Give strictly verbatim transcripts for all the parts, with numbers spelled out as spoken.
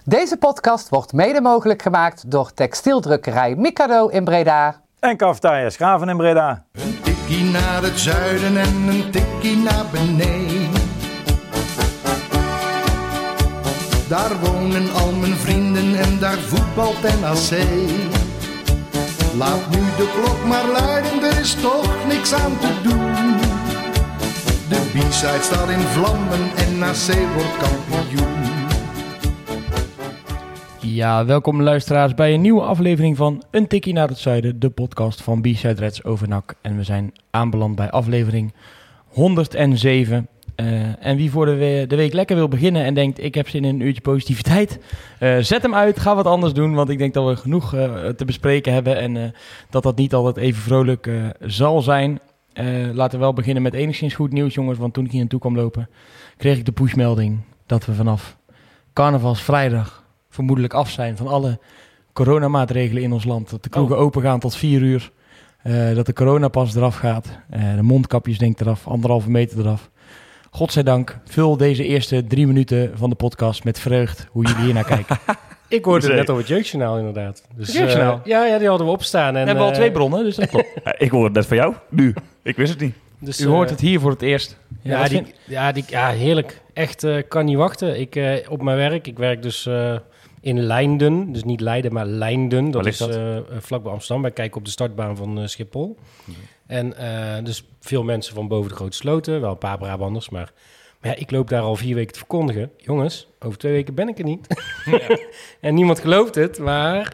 Deze podcast wordt mede mogelijk gemaakt door textieldrukkerij Mikado in Breda. En Cafetaria Schraven in Breda. Een tikkie naar het zuiden en een tikkie naar beneden. Daar wonen al mijn vrienden en daar voetbalt N A C. Laat nu de klok maar luiden, er is toch niks aan te doen. De B-side staat in vlammen en N A C wordt kampioen. Ja, welkom luisteraars bij een nieuwe aflevering van Een Tikkie naar het Zuiden, de podcast van B-side Reds over N A C. En we zijn aanbeland bij aflevering honderdzeven. Uh, en wie voor de, we- de week lekker wil beginnen en denkt, ik heb zin in een uurtje positiviteit, uh, zet hem uit, ga wat anders doen, want ik denk dat we genoeg uh, te bespreken hebben en uh, dat dat niet altijd even vrolijk uh, zal zijn. Uh, laten we wel beginnen met enigszins goed nieuws, jongens, want toen ik hier naartoe kwam lopen, kreeg ik de pushmelding dat we vanaf carnavalsvrijdag vermoedelijk af zijn van alle coronamaatregelen in ons land. Dat de kroegen oh. open gaan tot vier uur, uh, dat de coronapas eraf gaat, uh, de mondkapjes denk ik eraf, anderhalve meter eraf. Godzijdank, vul deze eerste drie minuten van de podcast met vreugd hoe jullie hier naar kijken. Ik hoorde het net over het Jeugdjournaal inderdaad. Dus, Het Jeugdjournaal? Uh, ja, ja, die hadden we opstaan. En, we hebben al uh, twee bronnen, dus dat klopt. Ja, ik hoor het net van jou, nu. Ik wist het niet. Dus, U hoort het hier voor het eerst. Ja, ja, wat die, vind- ja, die, ja heerlijk. Echt, uh, kan niet wachten. Ik, uh, op mijn werk, ik werk dus uh, in Leinden. Dus niet Leiden, maar Leinden. Dat Waar is ligt dat? uh, vlakbij Amsterdam. Wij kijken op de startbaan van uh, Schiphol. Mm. En uh, dus veel mensen van boven de Grote Sloten. Wel een paar Brabanders, maar... Maar ja, ik loop daar al vier weken te verkondigen. Jongens, over twee weken ben ik er niet. Ja. En niemand gelooft het, maar...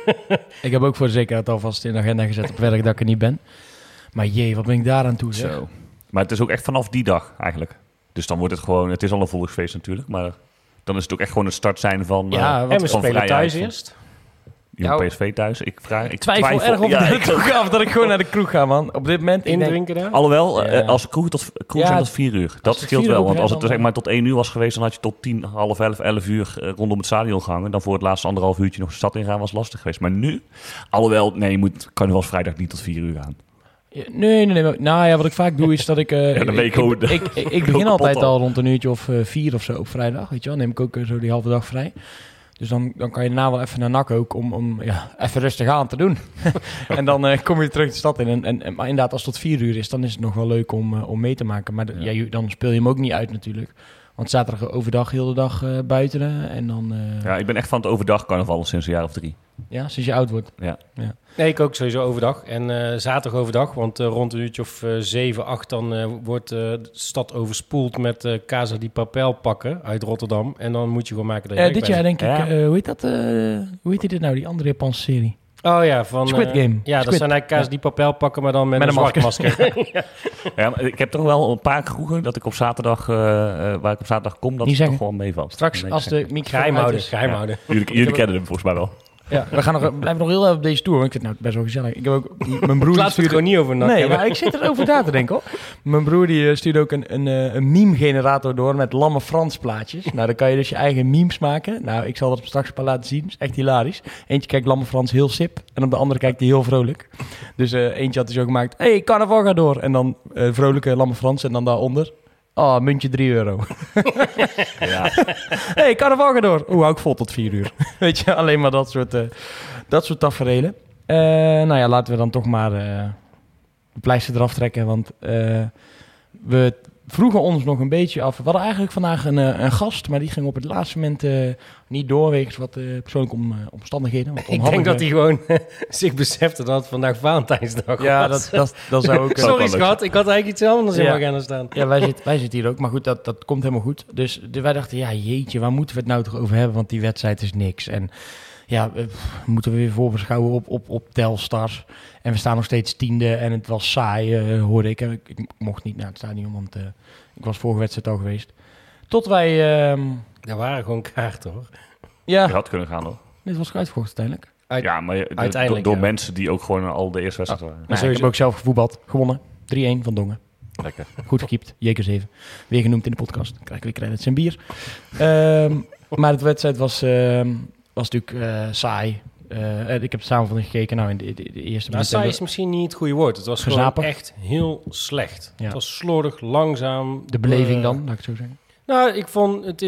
Ik heb ook voor de zekerheid alvast in de agenda gezet op werk dat ik er niet ben. Maar jee, wat ben ik daaraan toe, zeg. Zo. Maar het is ook echt vanaf die dag eigenlijk. Dus dan wordt het gewoon... Het is al een volksfeest natuurlijk, maar dan is het ook echt gewoon het start zijn van... Ja, uh, wat en we van spelen vrijheid. thuis eerst. Ja, Nou, P S V thuis. Ik vraag... Ik Twijfel, twijfel erg of ja, ik ik kroeg af dat ik gewoon naar de kroeg ga, man. Op dit moment... ik denk- Indrinken daar. Alhoewel, Ja. uh, als kroeg tot, kroeg Ja, zijn tot vier uur. Dat het scheelt vier wel. uur Want open als zijn, het dan- zeg maar tot één uur was geweest... dan had je tot tien, half elf, elf uur uh, rondom het stadion gehangen. Dan voor het laatste anderhalf uurtje nog de stad ingaan was lastig geweest. Maar nu, alhoewel, nee, je moet carnavalsvrijdag niet tot vier uur gaan. Ja, nee, nee, nee. maar- Nou ja, wat ik vaak doe is dat ik... Uh, Ja, dan weet ik ik, hoe- ik, ik, ik, ik begin kapot altijd al. al rond een uurtje of uh, vier of zo op vrijdag, weet je wel. neem ik ook uh, zo die halve dag vrij. Dus dan, dan kan je daarna wel even naar N A C ook om, om ja, even rustig aan te doen. En dan uh, kom je terug de stad in. En, en, en, maar inderdaad, als het tot vier uur is, dan is het nog wel leuk om, uh, om mee te maken. Maar de, ja. Ja, dan speel je hem ook niet uit natuurlijk. Want zaterdag overdag heel de dag uh, buiten. uh, En dan, uh, Ja, ik ben echt van het overdag carnaval sinds een jaar of drie. ja, sinds je oud wordt. Ja. Ja. Nee, ik ook sowieso overdag. En uh, zaterdag overdag, want uh, rond een uurtje of uh, zeven, acht... dan uh, wordt uh, de stad overspoeld met uh, Casa di Papel pakken uit Rotterdam. En dan moet je gewoon maken dat je Uh, weg dit bent. jaar denk ik, Ja. uh, hoe heet dat? Uh, hoe heet dit nou, die andere Japanse serie? Oh ja, van... Squid uh, Game. Ja, dat Squid. zijn eigenlijk Casa Ja. di Papel pakken, maar dan met, Met een een zwart masker. Ja, maar ik heb toch wel een paar kroegen dat ik op zaterdag, uh, uh, waar ik op zaterdag kom, dat Niet het zeggen. toch gewoon meevalt. Straks Nee, als de microfoon Geheim uit houden, is. geheim Ja. houden. Jullie, jullie kennen hem volgens mij wel. Ja, we gaan nog, we blijven nog heel even op deze tour. Want ik vind het nou best wel gezellig. Ik heb ook mijn broer. Laten die we het stuurde... gewoon niet over N A C Nee, hebben. maar ik zit erover na te denken hoor. Mijn broer die uh, stuurde ook een, een, uh, een meme-generator door met Lamme Frans plaatjes. Nou, dan kan je dus je eigen memes maken. Nou, ik zal dat straks een paar laten zien. Dat is echt hilarisch. Eentje kijkt Lamme Frans heel sip. En op de andere kijkt hij heel vrolijk. Dus uh, eentje had hij zo gemaakt. Hé, hey, carnaval gaat door. En dan uh, vrolijke Lamme Frans. En dan daaronder. Oh, muntje drie euro. Ja. Hé, hey, carnaval gaat door. Oeh, hou ik vol tot vier uur. Weet je, alleen maar dat soort, uh, dat soort taferelen. Uh, nou ja, laten we dan toch maar uh, de pleister eraf trekken. Want uh, we vroegen ons nog een beetje af. We hadden eigenlijk vandaag een, uh, een gast, maar die ging op het laatste moment uh, niet door. Wegens wat uh, persoonlijke om, uh, omstandigheden. Wat Ik denk dat hij gewoon zich besefte dat het vandaag Valentijnsdag Ja, was. dat, dat, dat zou ook... uh, Sorry wel leuk schat, ik had eigenlijk iets anders in Ja. mijn agenda staan. Ja, wij zitten, wij zitten hier ook. Maar goed, dat, dat komt helemaal goed. Dus de, wij dachten, ja jeetje, waar moeten we het nou toch over hebben? Want die wedstrijd is niks. En ja, we, moeten we weer voorbeschouwen op, op, op Telstar. En we staan nog steeds tiende. En het was saai, uh, hoorde ik. ik. Ik mocht niet naar het stadion, want uh, ik was vorige wedstrijd al geweest. Tot wij... Uh, Er waren gewoon kaarten hoor. ja, Je had kunnen gaan hoor. dit was uitverkocht uiteindelijk. Uit- Ja, maar je- de- Uiteindelijk, door, door ja. mensen die ook gewoon al de eerste wedstrijd waren. Nou, ik sowieso- heb ook zelf gevoetbald. Gewonnen. drie-een van Dongen. Lekker. Goed gekiept. J K zeven. Weer genoemd in de podcast. Dan krijg ik weer credits en bier. Um, maar de wedstrijd was, um, was natuurlijk uh, saai. Uh, ik heb de samenvatting gekeken. Nou, in de, de, de eerste Nou, minuut saai hebben is misschien niet het goede woord. Het was Gezapig. gewoon echt heel slecht. Ja. Het was slordig, langzaam. we de beleving Uh, dan, laat ik het zo zeggen. Nou, ik vond het in,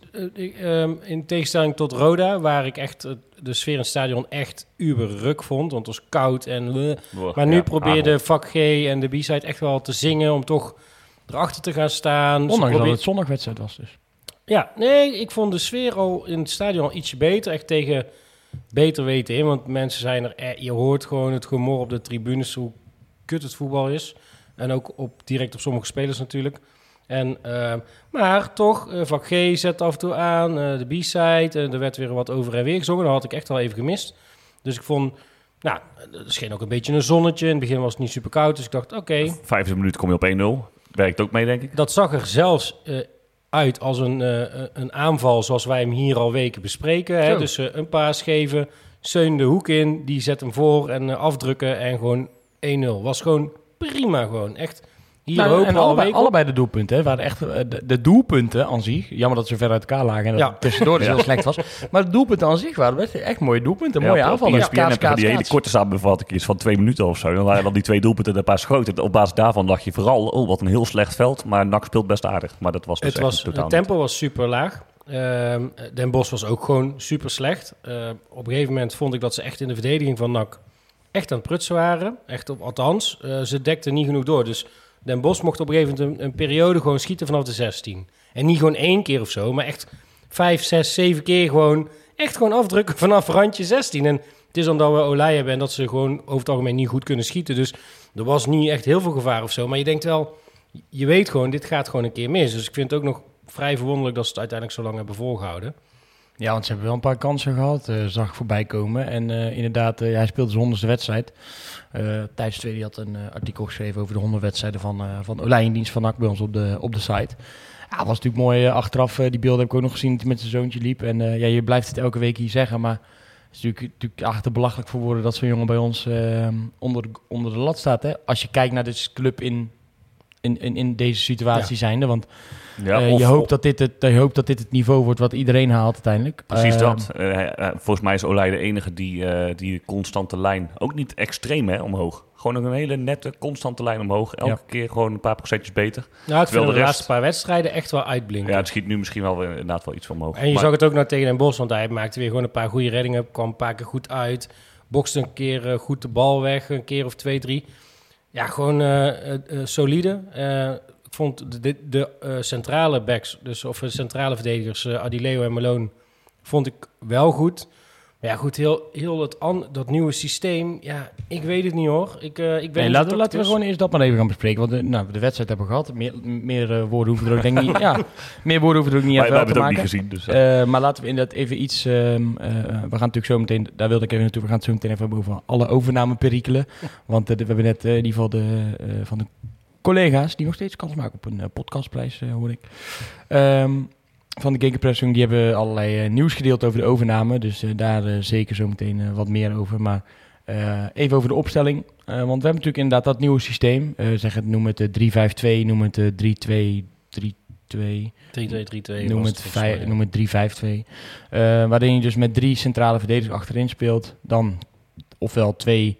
uh, ik, um, in tegenstelling tot Roda, waar ik echt uh, de sfeer in het stadion echt uberruk vond, want het was koud en... Uh, Wow, maar nu ja, probeerde avond. vak G en de B-side echt wel te zingen om toch erachter te gaan staan. Ze Ondanks probeer- dat het zondagwedstrijd was dus. Ja, nee, ik vond de sfeer al in het stadion al ietsje beter. Echt tegen beter weten in, want mensen zijn er... Eh, je hoort gewoon het gemor op de tribunes, hoe kut het voetbal is. En ook op, direct op sommige spelers natuurlijk. En, uh, maar toch, uh, vak G zet af en toe aan, uh, de B-side. Uh, er werd weer wat over en weer gezongen. Dat had ik echt wel even gemist. Dus ik vond... Nou, er scheen ook een beetje een zonnetje. In het begin was het niet super koud, dus ik dacht, oké. Okay. vijfentwintig minuten kom je op één nul. Werkt ook mee, denk ik. Dat zag er zelfs uh, uit als een, uh, een aanval zoals wij hem hier al weken bespreken. Hè? Dus uh, een paas geven, Seun de hoek in, die zet hem voor en uh, afdrukken en gewoon één nul. Was gewoon prima gewoon, echt... Hier Nou, hopen en we al allebei, week op. allebei de doelpunten hè, waren echt uh, de, de doelpunten aan zich. Jammer dat ze ver uit elkaar lagen en dat Ja. het tussendoor dus Ja. heel slecht was. Maar de doelpunten aan zich waren best echt mooie doelpunten, Ja, mooie op- aanvallen. Op E S P N Kaats, heb je kaats, die hele kaats. korte samenvatting is van twee minuten of zo. Dan waren dan die twee doelpunten en een paar schoten. Op basis daarvan dacht je vooral, oh, wat een heel slecht veld. Maar N A C speelt best aardig. Maar dat was dus Het, echt was, totaal het tempo was super laag. Um, Den Bosch was ook gewoon super slecht. Uh, op een gegeven moment vond ik dat ze echt in de verdediging van N A C echt aan het prutsen waren. Echt op, althans, uh, ze dekten niet genoeg door. Dus Den Bosch mocht op een gegeven moment een, een periode gewoon schieten vanaf de zestien. En niet gewoon één keer of zo, maar echt vijf, zes, zeven keer gewoon... echt gewoon afdrukken vanaf randje zestien. En het is omdat we Olij hebben en dat ze gewoon over het algemeen niet goed kunnen schieten. Dus er was niet echt heel veel gevaar of zo. Maar je denkt wel, je weet gewoon, dit gaat gewoon een keer mis. Dus ik vind het ook nog vrij verwonderlijk dat ze het uiteindelijk zo lang hebben volgehouden. Ja, want ze hebben wel een paar kansen gehad, uh, zag ik voorbij komen. En uh, inderdaad, uh, hij speelde zijn honderdste wedstrijd. Uh, Thijs Tweede had een uh, artikel geschreven over de honderd wedstrijden van, uh, van Olij in dienst van N A C bij ons op de, op de site. Ja, het was natuurlijk mooi uh, achteraf. Uh, die beelden heb ik ook nog gezien dat hij met zijn zoontje liep. En uh, ja, je blijft het elke week hier zeggen, maar het is natuurlijk, natuurlijk eigenlijk te belachelijk voor woorden dat zo'n jongen bij ons uh, onder, de, onder de lat staat. Hè? Als je kijkt naar de club in, in, in, in deze situatie ja. zijnde, want... Ja, uh, of, je, hoopt dat dit het, je hoopt dat dit het niveau wordt wat iedereen haalt uiteindelijk. Precies uh, dat. Uh, uh, volgens mij is Olij de enige die uh, die constante lijn... Ook niet extreem hè, omhoog. Gewoon een hele nette, constante lijn omhoog. Elke ja. keer gewoon een paar procentjes beter. Nou, ik vind de, de rest... laatste paar wedstrijden echt wel uitblinken. Ja, het schiet nu misschien wel weer, inderdaad wel iets van omhoog. En je maar... zag het ook nou tegen Den Bosch, want hij maakte weer gewoon een paar goede reddingen. Kwam een paar keer goed uit. Bokste een keer uh, goed de bal weg. Een keer of twee, drie. Ja, gewoon uh, uh, uh, solide. Uh, Ik vond de, de, de uh, centrale backs, dus of de centrale verdedigers, uh, Adileo en Malone, vond ik wel goed. Maar ja, goed, heel, heel het an, dat nieuwe systeem, ja, ik weet het niet hoor. Ik, uh, ik ben nee, laten, laten we gewoon eerst dat maar even gaan bespreken. Want de, nou, de wedstrijd hebben we gehad. Meer, meer uh, woorden hoeven er ook denk ik niet. Ja, meer woorden hoeven er ook niet even uit te maken. We hebben het ook niet gezien. Dus, uh. uh, maar laten we inderdaad even iets. Uh, uh, we gaan natuurlijk zo meteen. Daar wilde ik even naartoe. We gaan het zo meteen even hebben over alle overnameperikelen. Want uh, de, we hebben net uh, in ieder geval de uh, van de collega's die nog steeds kans maken op een uh, podcastprijs, uh, hoor ik. Um, van de Gegenpressing, die hebben allerlei uh, nieuws gedeeld over de overname. Dus uh, daar uh, zeker zo meteen uh, wat meer over. Maar uh, even over de opstelling. Uh, want we hebben natuurlijk inderdaad dat nieuwe systeem. Uh, zeg het, noem het de drie vijf twee, noem het de drie twee drie twee. drie twee drie twee. Noem het, vij- noem het drie vijf twee. Uh, waarin je dus met drie centrale verdedigers achterin speelt. Dan ofwel twee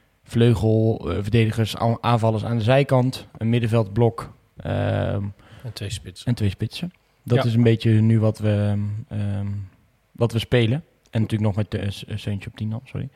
vleugelverdedigers, uh, aanvallers aan de zijkant. Een middenveldblok. Uh, en twee spitsen. En twee spitsen. Dat ja. is een beetje nu wat we, um, wat we spelen. En natuurlijk nog met de uh, Seuntje op tien dan, sorry.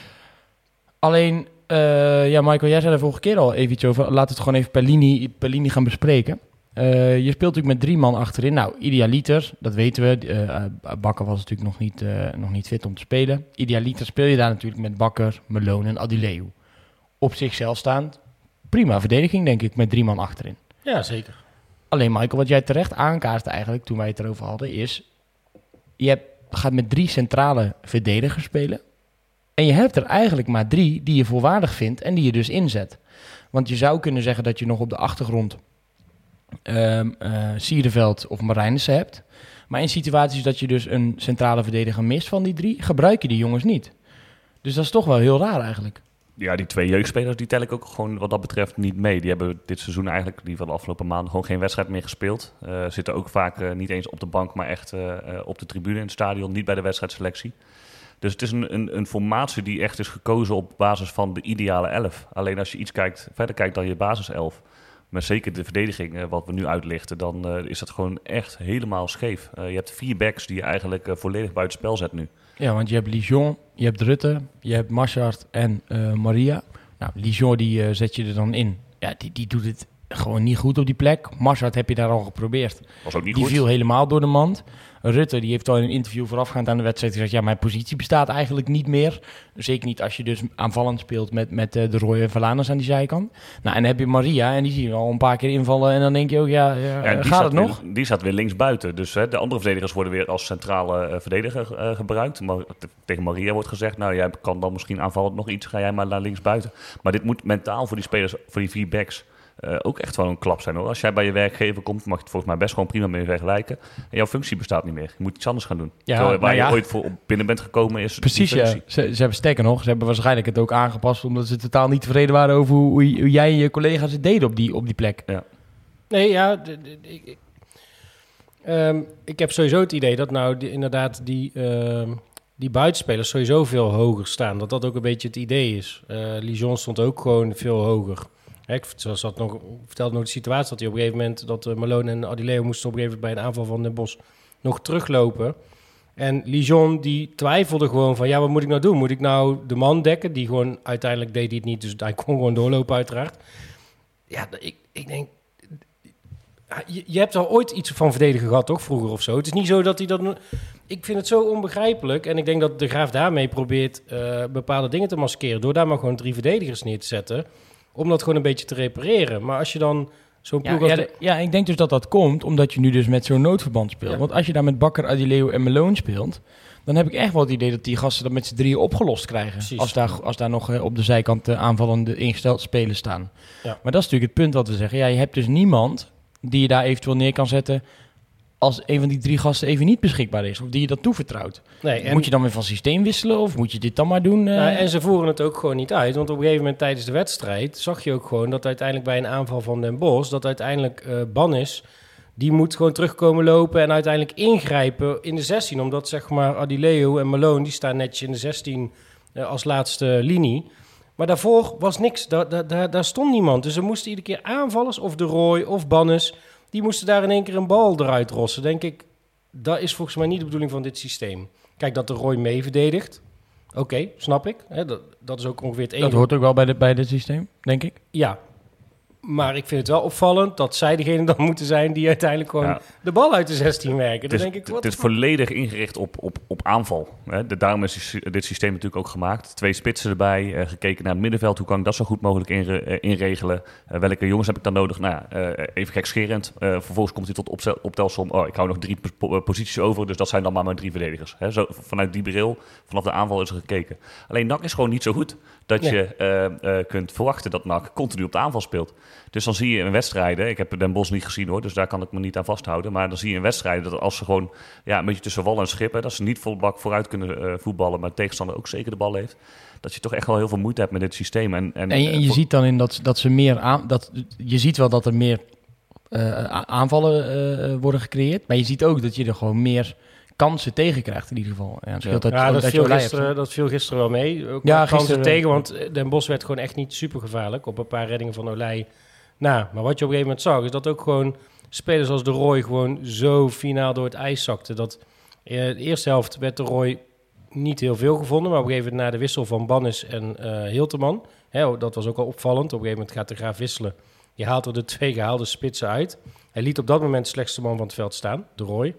Alleen, uh, ja Michael, jij zei de vorige keer al even iets over. Laten we het gewoon even per linie, per linie gaan bespreken. Uh, je speelt natuurlijk met drie man achterin. Nou, idealiter, dat weten we. Uh, Bakker was natuurlijk nog niet, uh, nog niet fit om te spelen. Idealiter speel je daar natuurlijk met Bakker, Malone en Adileu. Op zichzelf staand. Prima verdediging, denk ik, met drie man achterin. Ja, zeker. Alleen Michael, wat jij terecht aankaartte eigenlijk toen wij het erover hadden, is je hebt, gaat met drie centrale verdedigers spelen. En je hebt er eigenlijk maar drie die je volwaardig vindt en die je dus inzet. Want je zou kunnen zeggen dat je nog op de achtergrond um, uh, Siereveld of Marijnissen hebt. Maar in situaties dat je dus een centrale verdediger mist van die drie, gebruik je die jongens niet. Dus dat is toch wel heel raar eigenlijk. Ja, die twee jeugdspelers die tel ik ook gewoon wat dat betreft niet mee. Die hebben dit seizoen eigenlijk, die van de afgelopen maanden, gewoon geen wedstrijd meer gespeeld. Uh, zitten ook vaak uh, niet eens op de bank, maar echt uh, uh, op de tribune in het stadion. Niet bij de wedstrijdselectie. Dus het is een, een, een formatie die echt is gekozen op basis van de ideale elf. Alleen als je iets kijkt, verder kijkt dan je basiself, Maar zeker de verdediging, uh, wat we nu uitlichten, dan uh, is dat gewoon echt helemaal scheef. Uh, je hebt vier backs die je eigenlijk uh, volledig buiten spel zet nu. Ja, want je hebt Lijon, je hebt Rutte, je hebt Marchard en uh, Maria. Nou, Lijon die uh, zet je er dan in. Ja, die, die doet het gewoon niet goed op die plek. Marchard heb je daar al geprobeerd. Was ook niet die goed. viel helemaal door de mand. Rutte die heeft al in een interview voorafgaand aan de wedstrijd gezegd... ja, mijn positie bestaat eigenlijk niet meer. Zeker niet als je dus aanvallend speelt met, met uh, de Roy en Valanus aan die zijkant. Nou, en dan heb je Maria en die zie je al een paar keer invallen... en dan denk je ook, ja, ja, ja gaat het nog? Weer, die staat weer links buiten. Dus hè, de andere verdedigers worden weer als centrale uh, verdediger uh, gebruikt. Maar t- tegen Maria wordt gezegd... nou, jij kan dan misschien aanvallend nog iets... ga jij maar naar links buiten. Maar dit moet mentaal voor die spelers, voor die vier backs... Uh, ook echt wel een klap zijn hoor. Als jij bij je werkgever komt, mag je het volgens mij best gewoon prima mee vergelijken. En jouw functie bestaat niet meer. Je moet iets anders gaan doen. Ja, Terwijl, waar ja. je ooit voor op binnen bent gekomen is. Precies, ja. Ze, ze hebben sterker nog, ze hebben waarschijnlijk het ook aangepast omdat ze totaal niet tevreden waren over hoe, hoe, hoe jij en je collega's het deden op die, op die plek. Ja. Nee, ja. De, de, de, ik, um, ik heb sowieso het idee dat nou die, inderdaad die, uh, die buitenspelers sowieso veel hoger staan. Dat dat ook een beetje het idee is. Uh, Lijon stond ook gewoon veel hoger. Ik zat nog, vertelde nog de situatie dat hij op een gegeven moment... dat uh, Malone en Adileo moesten op een gegeven moment bij een aanval van Den Bosch nog teruglopen. En Lijon die twijfelde gewoon van... ja, wat moet ik nou doen? Moet ik nou de man dekken? Die gewoon, uiteindelijk deed hij het niet, dus hij kon gewoon doorlopen uiteraard. Ja, ik, ik denk... Je, je hebt al ooit iets van verdedigen gehad, toch? Vroeger of zo. Het is niet zo dat hij dat... Ik vind het zo onbegrijpelijk. En ik denk dat de Graaf daarmee probeert uh, bepaalde dingen te maskeren... door daar maar gewoon drie verdedigers neer te zetten... om dat gewoon een beetje te repareren. Maar als je dan zo'n ja, ploeg... Ja, de... de, ja, ik denk dus dat dat komt omdat je nu dus met zo'n noodverband speelt. Ja. Want als je daar met Bakker, Adileo en Malone speelt... dan heb ik echt wel het idee dat die gasten dat met z'n drieën opgelost krijgen. Precies. Als daar, als daar nog uh, op de zijkant uh, aanvallende ingesteld spelen staan. Ja. Maar dat is natuurlijk het punt wat we zeggen. Ja, je hebt dus niemand die je daar eventueel neer kan zetten... als een van die drie gasten even niet beschikbaar is. Of die je dat toevertrouwt. Nee, en moet je dan weer van systeem wisselen? Of moet je dit dan maar doen? Uh... Nou, en ze voeren het ook gewoon niet uit. Want op een gegeven moment tijdens de wedstrijd... zag je ook gewoon dat uiteindelijk bij een aanval van Den Bosch... dat uiteindelijk uh, Bannis... die moet gewoon terugkomen lopen... en uiteindelijk ingrijpen in de zestien. Omdat zeg maar Adileo en Malone... die staan netjes in de zestien uh, als laatste linie... Maar daarvoor was niks. Daar, daar, daar, daar stond niemand. Dus er moesten iedere keer aanvallers... of de Roy of Bannis... die moesten daar in één keer een bal eruit rossen. Denk ik, dat is volgens mij niet de bedoeling van dit systeem. Kijk, dat de Roy mee verdedigt. Oké, okay, snap ik. Hè, dat, dat is ook ongeveer het enige. Dat hoort ook wel bij, de, bij dit systeem, denk ik. Ja, maar ik vind het wel opvallend dat zij degene dan moeten zijn... die uiteindelijk gewoon ja. de bal uit de zestien werken. Dan het is, denk ik, het is volledig ingericht op, op, op aanval. Hè. De, daarom is dit systeem natuurlijk ook gemaakt. Twee spitsen erbij, uh, gekeken naar het middenveld. Hoe kan ik dat zo goed mogelijk inre, uh, inregelen? Uh, welke jongens heb ik dan nodig? Nou ja, uh, even gekscherend. Uh, vervolgens komt hij tot opstel, optelsom. Oh, ik hou nog drie po- posities over, dus dat zijn dan maar mijn drie verdedigers. Hè. Zo, vanuit die bril, vanaf de aanval is er gekeken. Alleen N A C is gewoon niet zo goed... dat nee. je uh, uh, kunt verwachten dat N A C continu op de aanval speelt. Dus dan zie je in wedstrijden... Ik heb Den Bosch niet gezien hoor, dus daar kan ik me niet aan vasthouden. Maar dan zie je in wedstrijden dat als ze gewoon... ja, een beetje tussen wal en schip... Hè, dat ze niet vol bak vooruit kunnen uh, voetballen... maar de tegenstander ook zeker de bal heeft... dat je toch echt wel heel veel moeite hebt met dit systeem. En, en, en je, en je voor... ziet dan in dat, dat ze meer... Aan, dat, je ziet wel dat er meer uh, aanvallen uh, worden gecreëerd... maar je ziet ook dat je er gewoon meer... kansen tegen krijgt in ieder geval. Ja, ja. Dat, ja, dat, dat, viel gisteren, dat viel gisteren wel mee. Ook ja, kansen gisteren, tegen, want Den Bosch werd gewoon echt niet super gevaarlijk... op een paar reddingen van Olij. Nou, maar wat je op een gegeven moment zag... is dat ook gewoon spelers als de Roy... gewoon zo finaal door het ijs zakten... dat in de eerste helft werd de Roy niet heel veel gevonden... maar op een gegeven moment na de wissel van Bannis en uh, Hilterman... Hè, dat was ook al opvallend. Op een gegeven moment gaat de Graaf wisselen. Je haalt er de twee gehaalde spitsen uit. Hij liet op dat moment de slechtste man van het veld staan, de Roy...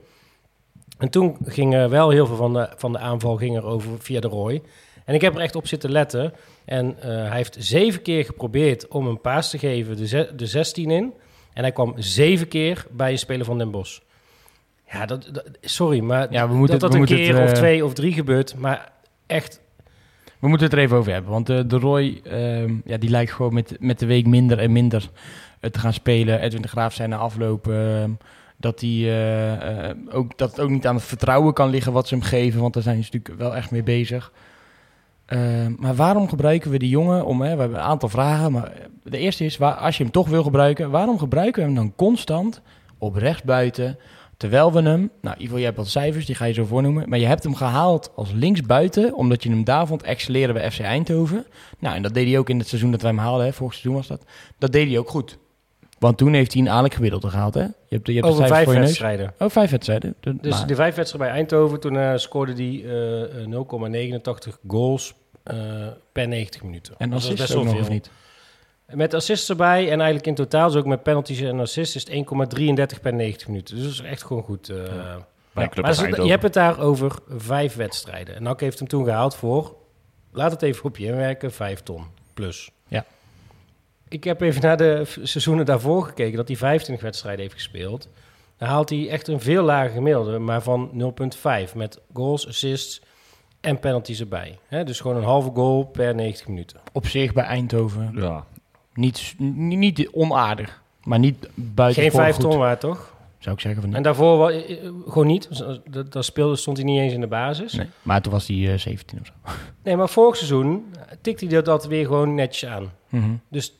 En toen ging er wel heel veel van de, van de aanval ging er over via de Roy. En ik heb er echt op zitten letten. En uh, hij heeft zeven keer geprobeerd om een paas te geven de, ze, de zestien in. En hij kwam zeven keer bij een speler van Den Bosch. Ja, dat, dat, sorry, maar ja, we moeten, dat dat we een keer het, uh, of twee of drie gebeurt. Maar echt... We moeten het er even over hebben. Want uh, de Roy, uh, ja, die lijkt gewoon met, met de week minder en minder uh, te gaan spelen. Edwin de Graaf zei na afloop... Uh, Dat, die, uh, uh, ook, dat het ook niet aan het vertrouwen kan liggen wat ze hem geven. Want daar zijn ze natuurlijk wel echt mee bezig. Uh, maar waarom gebruiken we die jongen? Om, hè, we hebben een aantal vragen. Maar de eerste is, waar, als je hem toch wil gebruiken... waarom gebruiken we hem dan constant op rechtsbuiten... terwijl we hem... Nou, Ivo, je hebt wat cijfers, die ga je zo voornoemen. Maar je hebt hem gehaald als linksbuiten... omdat je hem daar vond excelleren bij F C Eindhoven. Nou, en dat deed hij ook in het seizoen dat wij hem haalden. Hè, vorig seizoen was dat. Dat deed hij ook goed. Want toen heeft hij een aardig gemiddelde gehaald, hè? Je hebt, je hebt de Over cijfers vijf voor je neus. wedstrijden. Oh, vijf wedstrijden. De, Dus maar- de vijf wedstrijden bij Eindhoven, toen uh, scoorde hij uh, nul komma negenentachtig goals uh, per negentig minuten. en Dus dat is assists ook nog of niet? Met assists erbij en eigenlijk in totaal, dus ook met penalties en assists, is het één komma drieëndertig per negentig minuten. Dus dat is echt gewoon goed. Uh, Bij ja. een club Maar als dus, Eindhoven. je hebt het daar over vijf wedstrijden. En N A C heeft hem toen gehaald voor, laat het even op je inwerken, vijf ton plus. Ja. Ik heb even naar de f- seizoenen daarvoor gekeken, dat hij vijfentwintig wedstrijden heeft gespeeld. Dan haalt hij echt een veel lager gemiddelde, maar van nul komma vijf met goals, assists en penalties erbij. Hè, dus gewoon een halve goal per negentig minuten. Op zich bij Eindhoven Ja. niet, niet, niet onaardig, maar niet buiten Geen vijf goed, ton waard, toch? zou ik zeggen van niet. En daarvoor wa- eh, eh, gewoon niet. Dat, dat speelde, stond hij niet eens in de basis. Nee, Nee, maar toen was hij uh, zeventien of zo. maar vorig seizoen tikte hij dat, dat weer gewoon netjes aan. Mm-hmm. Dus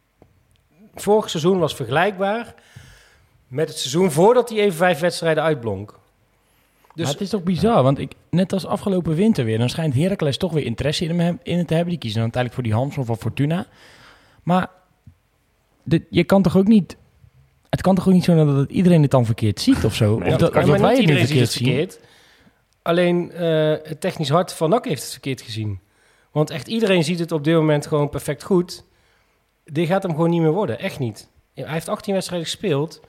vorig seizoen was vergelijkbaar met het seizoen voordat hij even vijf wedstrijden uitblonk. Dus Maar het is toch bizar, want ik, net als afgelopen winter weer, dan schijnt Heracles toch weer interesse in hem in het te hebben. Die kiezen dan uiteindelijk voor die Hans of voor Fortuna. Maar dit, je kan toch ook niet... Het kan toch ook niet zo dat het iedereen het dan verkeerd ziet of zo? Nee, of dat dat, kan of Ja, dat maar wij niet het nu iedereen ziet verkeerd het zien? verkeerd. Alleen uh, het technisch hart van N A C heeft het verkeerd gezien. Want echt iedereen ziet het op dit moment gewoon perfect goed. Dit gaat hem gewoon niet meer worden. Echt niet. Hij heeft achttien wedstrijden gespeeld.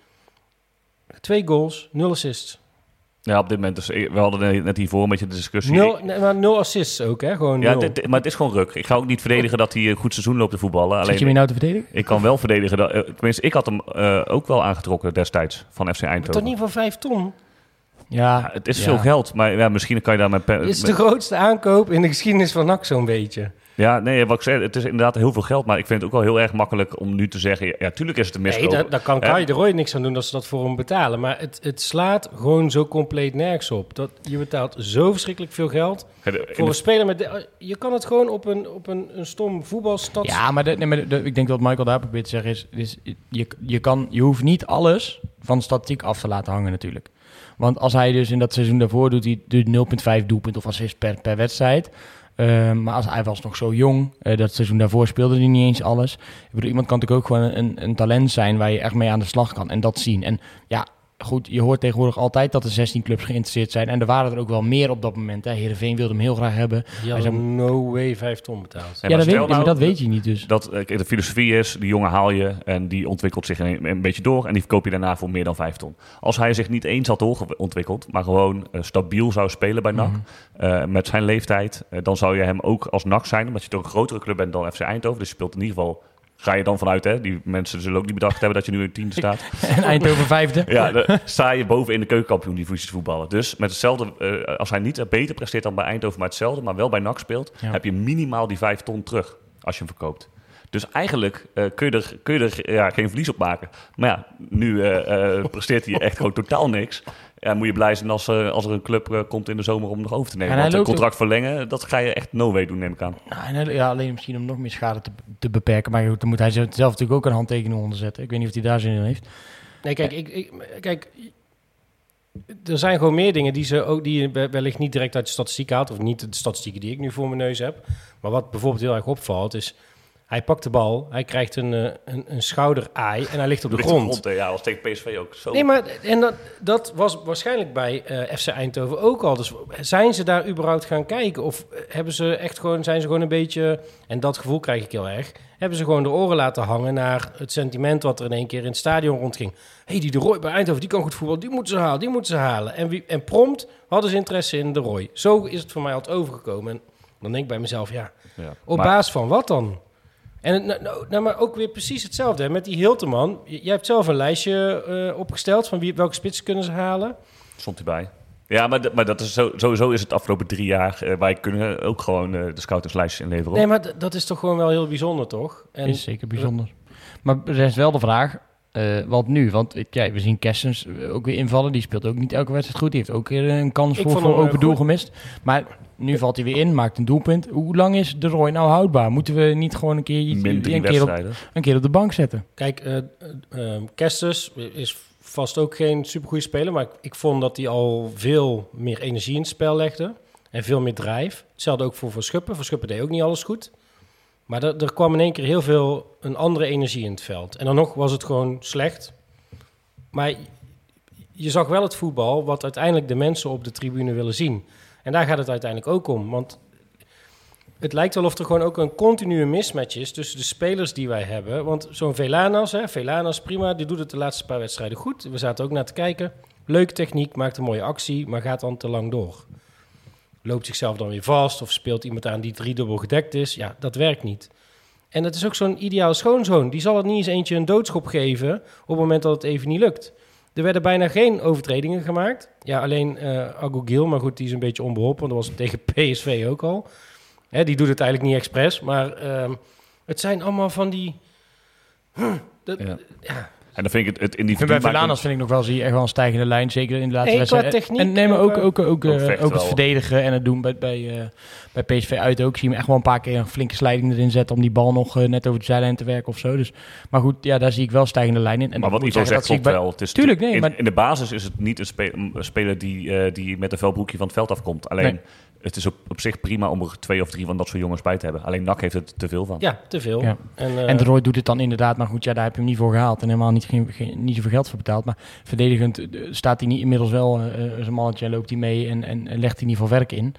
Twee goals, nul assists. Ja, op dit moment. Dus, we hadden net hiervoor een beetje de discussie. Nul, Ik- nee, maar nul assists ook, hè? Gewoon ja, nul. dit- maar het is gewoon ruk. Ik ga ook niet verdedigen dat hij een goed seizoen loopt te voetballen. Zit je me Alleen, nou te verdedigen? ik kan wel verdedigen. Dat, eh, tenminste, ik had hem eh, ook wel aangetrokken destijds van F C Maar Eindhoven. toch niet voor vijf ton? Ja, Ja, het is ja. veel geld, maar ja, misschien kan je daar met... pe- Dit is met- de grootste aankoop in de geschiedenis van N A C zo'n beetje. Ja, nee, wat ik zei, het is inderdaad heel veel geld, maar ik vind het ook wel heel erg makkelijk om nu te zeggen, ja, tuurlijk is het een Nee, miskoop. daar, daar kan Hè? Kai de Roy niks aan doen dat ze dat voor hem betalen. Maar het, het slaat gewoon zo compleet nergens op. Dat, je betaalt zo verschrikkelijk veel geld Kijk, de- in voor de- een speler met... De, je kan het gewoon op een, op een, een stom voetbalstad... Ja, maar, de, nee, maar de, de- ik denk dat Michael daar probeert te zeggen is... is je, je, kan, je hoeft niet alles van de statistiek af te laten hangen natuurlijk. Want als hij dus in dat seizoen daarvoor doet... hij doet nul komma vijf doelpunt of assist per, per wedstrijd... Uh, maar als hij was nog zo jong, uh, dat seizoen daarvoor speelde hij niet eens alles. Ik bedoel, iemand kan natuurlijk ook gewoon een, een talent zijn waar je echt mee aan de slag kan en dat zien. En ja, goed, je hoort tegenwoordig altijd dat er zestien clubs geïnteresseerd zijn. En er waren er ook wel meer op dat moment. Hè. Heerenveen wilde hem heel graag hebben. Die Hij hadden zou- no way vijf ton betaald. Ja, Ja, maar dat, weet, stel nee, maar nou dat weet je niet dus. Dat eh, kijk, de filosofie is, die jongen haal je en die ontwikkelt zich een, een beetje door en die verkoop je daarna voor meer dan vijf ton. Als hij zich niet eens had doorontwikkeld, maar gewoon uh, stabiel zou spelen bij N A C, Mhm. uh, met zijn leeftijd, uh, dan zou je hem ook als N A C zijn, omdat je toch een grotere club bent dan F C Eindhoven. Dus je speelt in ieder geval, ga je dan vanuit, hè? Die mensen zullen ook niet bedacht hebben dat je nu in tiende staat. En Eindhoven vijfde. Ja, dan sta je boven in de keukenkampioen-divisie te voetballen. Dus met hetzelfde, uh, als hij niet beter presteert dan bij Eindhoven, maar hetzelfde, maar wel bij N A C speelt, Ja. heb je minimaal die vijf ton terug als je hem verkoopt. Dus eigenlijk uh, kun je er, kun je er ja, geen verlies op maken. Maar ja, nu uh, uh, presteert hij echt gewoon totaal niks. Ja, moet je blij zijn als, uh, als er een club uh, komt in de zomer om hem nog over te nemen. En hij Want een loopt contract verlengen, dat ga je echt no way doen, neem ik aan. Nou, en hij- ja, alleen misschien om nog meer schade te, te beperken. Maar goed, dan moet hij zelf natuurlijk ook een handtekening onder zetten. Ik weet niet of hij daar zin in heeft. Nee, kijk, ik, ik, kijk, er zijn gewoon meer dingen die, ze ook, die je wellicht niet direct uit de statistiek haalt. Of niet de statistieken die ik nu voor mijn neus heb. Maar wat bijvoorbeeld heel erg opvalt is... Hij pakt de bal, hij krijgt een, uh, een, een schouder-aai en hij ligt op de Ligt grond. hè. Ja, was tegen P S V ook zo. Nee, maar en dat, dat was waarschijnlijk bij uh, F C Eindhoven ook al. Dus zijn ze daar überhaupt gaan kijken? Of hebben ze echt gewoon, zijn ze gewoon een beetje... En dat gevoel krijg ik heel erg. Hebben ze gewoon de oren laten hangen naar het sentiment wat er in één keer in het stadion rondging. Hé, hey, die de Roy bij Eindhoven, die kan goed voetballen. Die moeten ze halen, die moeten ze halen. En, wie, en prompt hadden ze interesse in de Roy. Zo is het voor mij altijd overgekomen. En dan denk ik bij mezelf, ja, Ja. op Maar- basis van wat dan? En nou, nou, nou, maar ook weer precies hetzelfde hè, met die Hilterman. J- Jij hebt zelf een lijstje uh, opgesteld van wie, welke spitsen kunnen ze halen. Stond hij bij. Ja, maar, d- maar dat is zo, sowieso is het de afgelopen drie jaar. Uh, wij kunnen ook gewoon uh, de scouterslijstjes inleveren. Nee, maar d- dat is toch gewoon wel heel bijzonder, toch? En Is zeker bijzonder. Maar er is wel de vraag, uh, wat nu? Want uh, ja, we zien Kerstens ook weer invallen. Die speelt ook niet elke wedstrijd goed. Die heeft ook weer een kans Ik voor, vond voor hem, uh, open doel goed. gemist. Maar nu valt hij weer in, maakt een doelpunt. Hoe lang is de Roy nou houdbaar? Moeten we niet gewoon een keer, iets, Min drie een keer, op, wedstrijden. een keer op de bank zetten? kijk, uh, uh, uh, Kerstens is vast ook geen supergoeie speler. Maar ik, ik vond dat hij al veel meer energie in het spel legde. En veel meer drijf. Hetzelfde ook voor Verschuppen. Verschuppen deed ook niet alles goed. Maar er, er kwam in één keer heel veel een andere energie in het veld. En dan nog was het gewoon slecht. Maar je zag wel het voetbal wat uiteindelijk de mensen op de tribune willen zien. En daar gaat het uiteindelijk ook om. Want het lijkt wel of er gewoon ook een continue mismatch is tussen de spelers die wij hebben. Want zo'n Velanas, hè, Velanas prima, die doet het de laatste paar wedstrijden goed. We zaten ook naar te kijken. Leuke techniek, maakt een mooie actie, maar gaat dan te lang door. Loopt zichzelf dan weer vast of speelt iemand aan die driedubbel gedekt is. Ja, dat werkt niet. En het is ook zo'n ideale schoonzoon. Die zal het niet eens eentje een doodschop geven op het moment dat het even niet lukt. Er werden bijna geen overtredingen gemaakt. Ja, alleen uh, Agogiel, maar goed, die is een beetje onbeholpen. Want dat was tegen P S V ook al. Hè, die doet het eigenlijk niet expres. Maar uh, het zijn allemaal van die... Huh, dat, ja. ja. En dan vind ik het, het individu... Bij Velanas vind ik nog wel, zie je echt wel een stijgende lijn. Zeker in de laatste nee, wedstrijd. techniek. En neem maar ook, ook, ook, ook, ook, uh, ook het verdedigen en het doen bij, bij, uh, bij P S V uit ook. Zie je hem echt wel een paar keer een flinke slijding erin zetten om die bal nog uh, net over de zijlijn te werken of zo. Dus, maar goed, ja, daar zie ik wel stijgende lijn in. En maar wat Ivo zegt klopt bij... wel. Het is Tuurlijk, nee. In, maar... in de basis is het niet een, spe- een speler die, uh, die met een veldbroekje van het veld afkomt. Alleen... Nee. Het is op, op zich prima om er twee of drie van dat soort jongens bij te hebben. Alleen N A C heeft het te veel van. Ja, te veel. Ja. En, uh... en de Roy doet het dan inderdaad. Maar goed, ja, daar heb je hem niet voor gehaald. En helemaal niet, geen, geen, niet zoveel geld voor betaald. Maar verdedigend uh, staat hij niet inmiddels wel. Uh, zijn mannetje en loopt hij mee en, en, en legt hij in ieder geval werk in.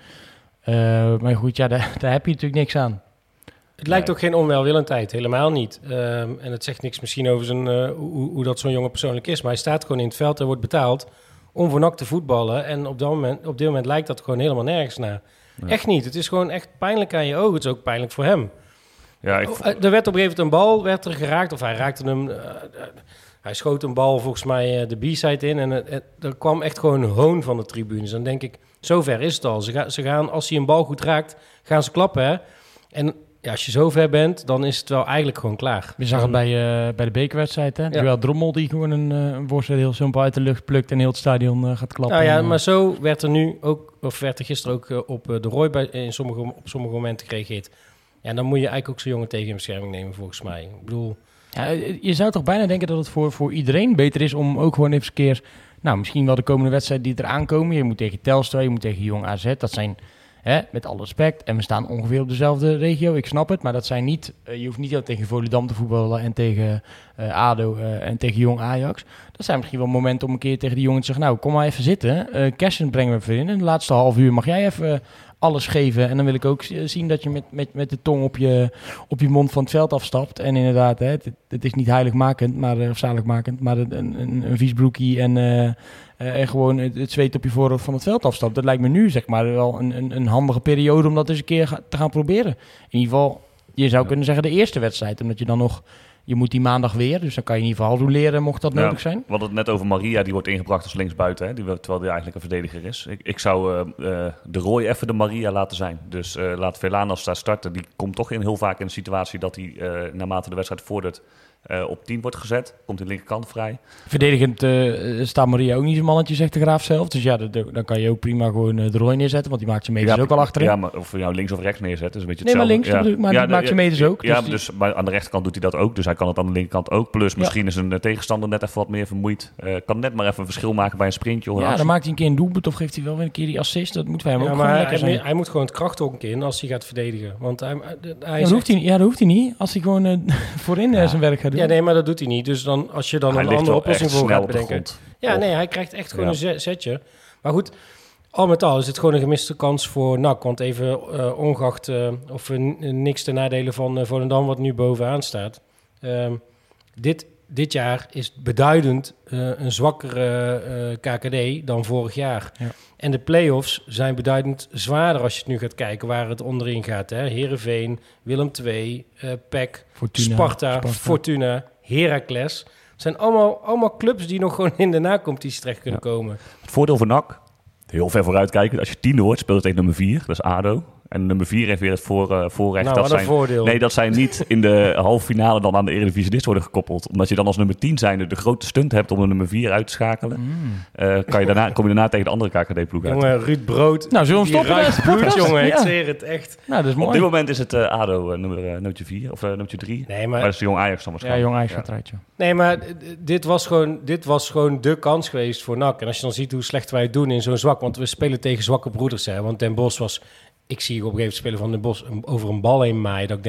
Uh, maar goed, ja, daar, daar heb je natuurlijk niks aan. Het lijkt nee. ook geen onwelwillendheid, helemaal niet. Um, en het zegt niks misschien over zijn, uh, hoe, hoe dat zo'n jongen persoonlijk is. Maar hij staat gewoon in het veld en wordt betaald om voor N A C te voetballen. En op, dat moment, op dit moment lijkt dat gewoon helemaal nergens naar. Ja. Echt niet. Het is gewoon echt pijnlijk aan je ogen. Het is ook pijnlijk voor hem. Ja, ik... oh, er werd op een gegeven moment een bal werd er geraakt. Of hij raakte hem... Uh, uh, hij schoot een bal volgens mij uh, de B-side in. En uh, uh, er kwam echt gewoon een hoon van de tribunes. Dan denk ik, zover is het al. Ze, ga, ze gaan, als hij een bal goed raakt, gaan ze klappen. Hè? En... Ja, als je zo ver bent, dan is het wel eigenlijk gewoon klaar. We zagen het bij, uh, bij de bekerwedstrijd, hè? Ja. Terwijl Drommel die gewoon een, uh, een worst heel simpel uit de lucht plukt en heel het stadion uh, gaat klappen. Nou ja, en, uh... maar zo werd er nu ook, of werd er gisteren ook uh, op uh, de Roy bij, in sommige, op sommige momenten gereageerd. Ja, dan moet je eigenlijk ook zo'n jongen tegen in bescherming nemen, volgens mij. Ik bedoel... Ja, je zou toch bijna denken dat het voor, voor iedereen beter is om ook gewoon even een keer... Nou, misschien wel de komende wedstrijden die eraan komen. Je moet tegen Telstar, je moet tegen Jong A Z. Dat zijn... Hè, met alle respect. En we staan ongeveer op dezelfde regio. Ik snap het. Maar dat zijn niet... Uh, je hoeft niet tegen Volendam te voetballen en tegen uh, ADO uh, en tegen Jong Ajax. Dat zijn misschien wel momenten om een keer tegen die jongen te zeggen... Nou, kom maar even zitten. Uh, Kersen brengen we even in. In de laatste half uur mag jij even uh, alles geven. En dan wil ik ook zien dat je met, met, met de tong op je, op je mond van het veld afstapt. En inderdaad, hè, het, het is niet heiligmakend, maar, uh, of zaligmakend. Maar een, een, een vies broekie en... Uh, Uh, en gewoon het, het zweet op je voorhoofd van het veld afstapt. Dat lijkt me nu zeg maar wel een, een, een handige periode om dat eens een keer ga, te gaan proberen. In ieder geval, je zou ja. kunnen zeggen de eerste wedstrijd. Omdat je dan nog, je moet die maandag weer. Dus dan kan je in ieder geval roleren mocht dat ja, nodig zijn. We hadden het net over Maria, die wordt ingebracht als linksbuiten. Hè, die, terwijl die eigenlijk een verdediger is. Ik, ik zou uh, uh, de Roy even de Maria laten zijn. Dus uh, laat Velanas daar starten. Die komt toch in heel vaak in een situatie dat hij uh, naarmate de wedstrijd vordert... Uh, op tien wordt gezet, komt de linkerkant vrij. Verdedigend uh, staat Maria ook niet zijn mannetje, zegt de Graaf zelf. Dus ja, de, de, dan kan je ook prima gewoon uh, de Roy neerzetten, want die maakt je meters ja, ook al achterin. Ja, maar of jou links of rechts neerzetten is een beetje nee, hetzelfde. Maar links, ja. maar ja, die maakt je meters ook. Ja, dus, die... dus maar aan de rechterkant doet hij dat ook, dus hij kan het aan de linkerkant ook. Plus misschien ja. is een uh, tegenstander net even wat meer vermoeid. Uh, kan net maar even een verschil maken bij een sprintje. Of ja, een dan maakt hij een keer een doelpunt of geeft hij wel weer een keer die assist. Dat moet wij hem ja, ook maar gewoon hij, lekker hij, zijn. hij moet gewoon het krachthonk in als hij gaat verdedigen. Want hij, hij ja, dat hoeft hij, ja, dat hoeft hij niet. Als hij gewoon uh, voorin uh, zijn werk gaat doen. Ja, nee, maar dat doet hij niet. Dus dan, als je dan hij een andere oplossing voor gaat bedenken. Ja, of, nee, hij krijgt echt gewoon ja. een zetje. Maar goed, al met al is het gewoon een gemiste kans voor N A C. Want even uh, ongeacht uh, of uh, niks ten nadele van uh, Volendam wat nu bovenaan staat. Um, dit, dit jaar is beduidend uh, een zwakkere uh, K K D dan vorig jaar. Ja. En de play-offs zijn beduidend zwaarder als je het nu gaat kijken waar het onderin gaat. Hè? Heerenveen, Willem twee, uh, P E C, Fortuna, Sparta, Sparta, Fortuna, Heracles... Het zijn allemaal, allemaal clubs die nog gewoon in de na-competitie terecht kunnen ja. komen. Het voordeel van N A C, heel ver vooruit kijken. Als je tiende wordt, speelt het tegen nummer vier. Dat is ADO. En nummer vier heeft weer het voor, uh, voorrecht. Nou, dat wat een zijn, voordeel. Nee, dat zij niet in de halve finale dan aan de Eredivisie worden gekoppeld. Omdat je dan als nummer tien zijnde de grote stunt hebt om de nummer vier uit te schakelen. Mm. Uh, kan je daarna, kom je daarna tegen de andere K K D-ploeg uit. Jongen, Ruud Brood. Nou, zullen we hem stoppen? Bloed, jongen, ik zweer het echt. Nou, dat is mooi. Op dit moment is het uh, ADO uh, nummer, uh, nummertje vier of uh, nummertje drie. Nee, maar... maar dat is de Jong Ajax dan waarschijnlijk. Ja, Jong Ajax gaat ja. eruit, ja. Nee, maar d- dit was, gewoon, dit was gewoon de kans geweest voor N A C. En als je dan ziet hoe slecht wij het doen in zo'n zwak... Want we spelen tegen zwakke broeders, hè. Want Den Bosch was... Ik zie op een gegeven moment spelen van Den Bosch over een bal heen maaien. Dat ik denk,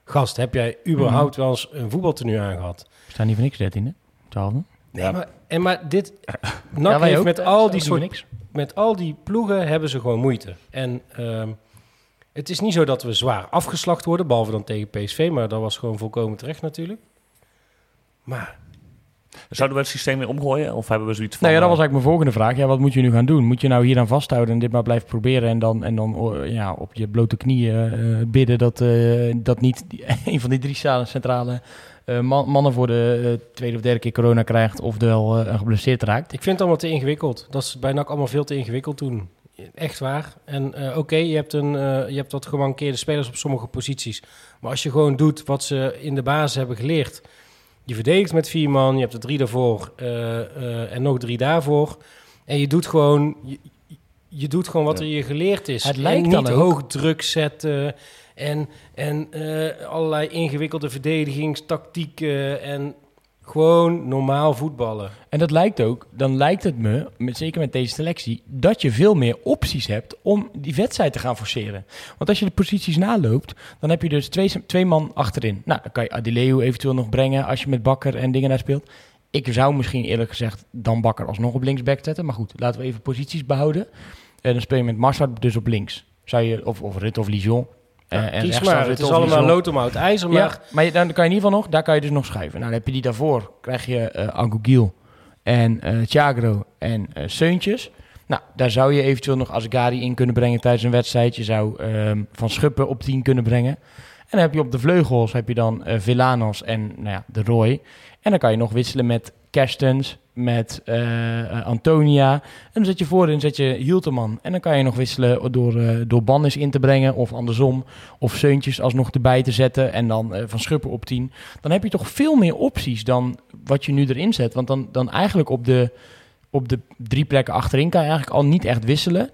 Gast, heb jij überhaupt wel eens een voetbaltenue aangehad? We staan niet voor niks dertiende, twaalfde. Nee, maar, en maar dit... N A C Ja, wij heeft ook. met Eh, al staan die niet voor soort... niks. Met al die ploegen hebben ze gewoon moeite. En ehm, het is niet zo dat we zwaar afgeslacht worden, behalve dan tegen P S V, maar dat was gewoon volkomen terecht natuurlijk. Maar... Zouden we het systeem weer omgooien? Of hebben we zoiets van... Nou ja, dat was eh, eigenlijk mijn volgende vraag. Ja, wat moet je nu gaan doen? Moet je nou hier aan vasthouden en dit maar blijven proberen en dan, en dan oh, ja, op je blote knieën uh, bidden dat, uh, dat niet die, een van die drie centrale uh, man, mannen voor de uh, tweede of derde keer corona krijgt, ofwel uh, geblesseerd raakt? Ik vind het allemaal te ingewikkeld. Dat is bij N A C allemaal veel te ingewikkeld doen. Echt waar. En uh, oké, okay, je hebt een, uh, je hebt wat gemankeerde spelers op sommige posities. Maar als je gewoon doet wat ze in de basis hebben geleerd... Je verdedigt met vier man, je hebt er drie daarvoor uh, uh, en nog drie daarvoor. En je doet gewoon, je, je doet gewoon wat Ja. er je geleerd is. Het lijkt en dan niet ook- hoog druk zetten en, en uh, allerlei ingewikkelde verdedigingstactieken en gewoon normaal voetballen. En dat lijkt ook, dan lijkt het me, met, zeker met deze selectie, dat je veel meer opties hebt om die wedstrijd te gaan forceren. Want als je de posities naloopt, dan heb je dus twee, twee man achterin. Nou, dan kan je Adileu eventueel nog brengen als je met Bakker en dingen daar speelt. Ik zou misschien eerlijk gezegd dan Bakker alsnog op linksback zetten. Maar goed, laten we even posities behouden. En dan speel je met Marsart dus op links. Zou je, of, of Rutte of Lijon. Ja, Uh, en kies rechts maar, dan het Rutte is of allemaal Lijon. lood om oud ijzer, maar... Ja, maar je- dan kan je in ieder geval nog, daar kan je dus nog schuiven. Nou, dan heb je die daarvoor, krijg je uh, Angougil en uh, Thiagro en uh, Seuntjes. Nou, daar zou je eventueel nog Asgari in kunnen brengen tijdens een wedstrijd. Je zou um, Van Schuppen op tien kunnen brengen. En dan heb je op de vleugels heb je dan uh, Villanos en nou ja, de Roy. En dan kan je nog wisselen met Kerstens, met uh, uh, Antonia. En dan zet je voorin zet je Hielteman. En dan kan je nog wisselen door, uh, door Bannis in te brengen of andersom. Of Seuntjes alsnog erbij te zetten en dan uh, Van Schuppen op tien. Dan heb je toch veel meer opties dan wat je nu erin zet. Want dan, dan eigenlijk op de, op de drie plekken achterin kan je eigenlijk al niet echt wisselen.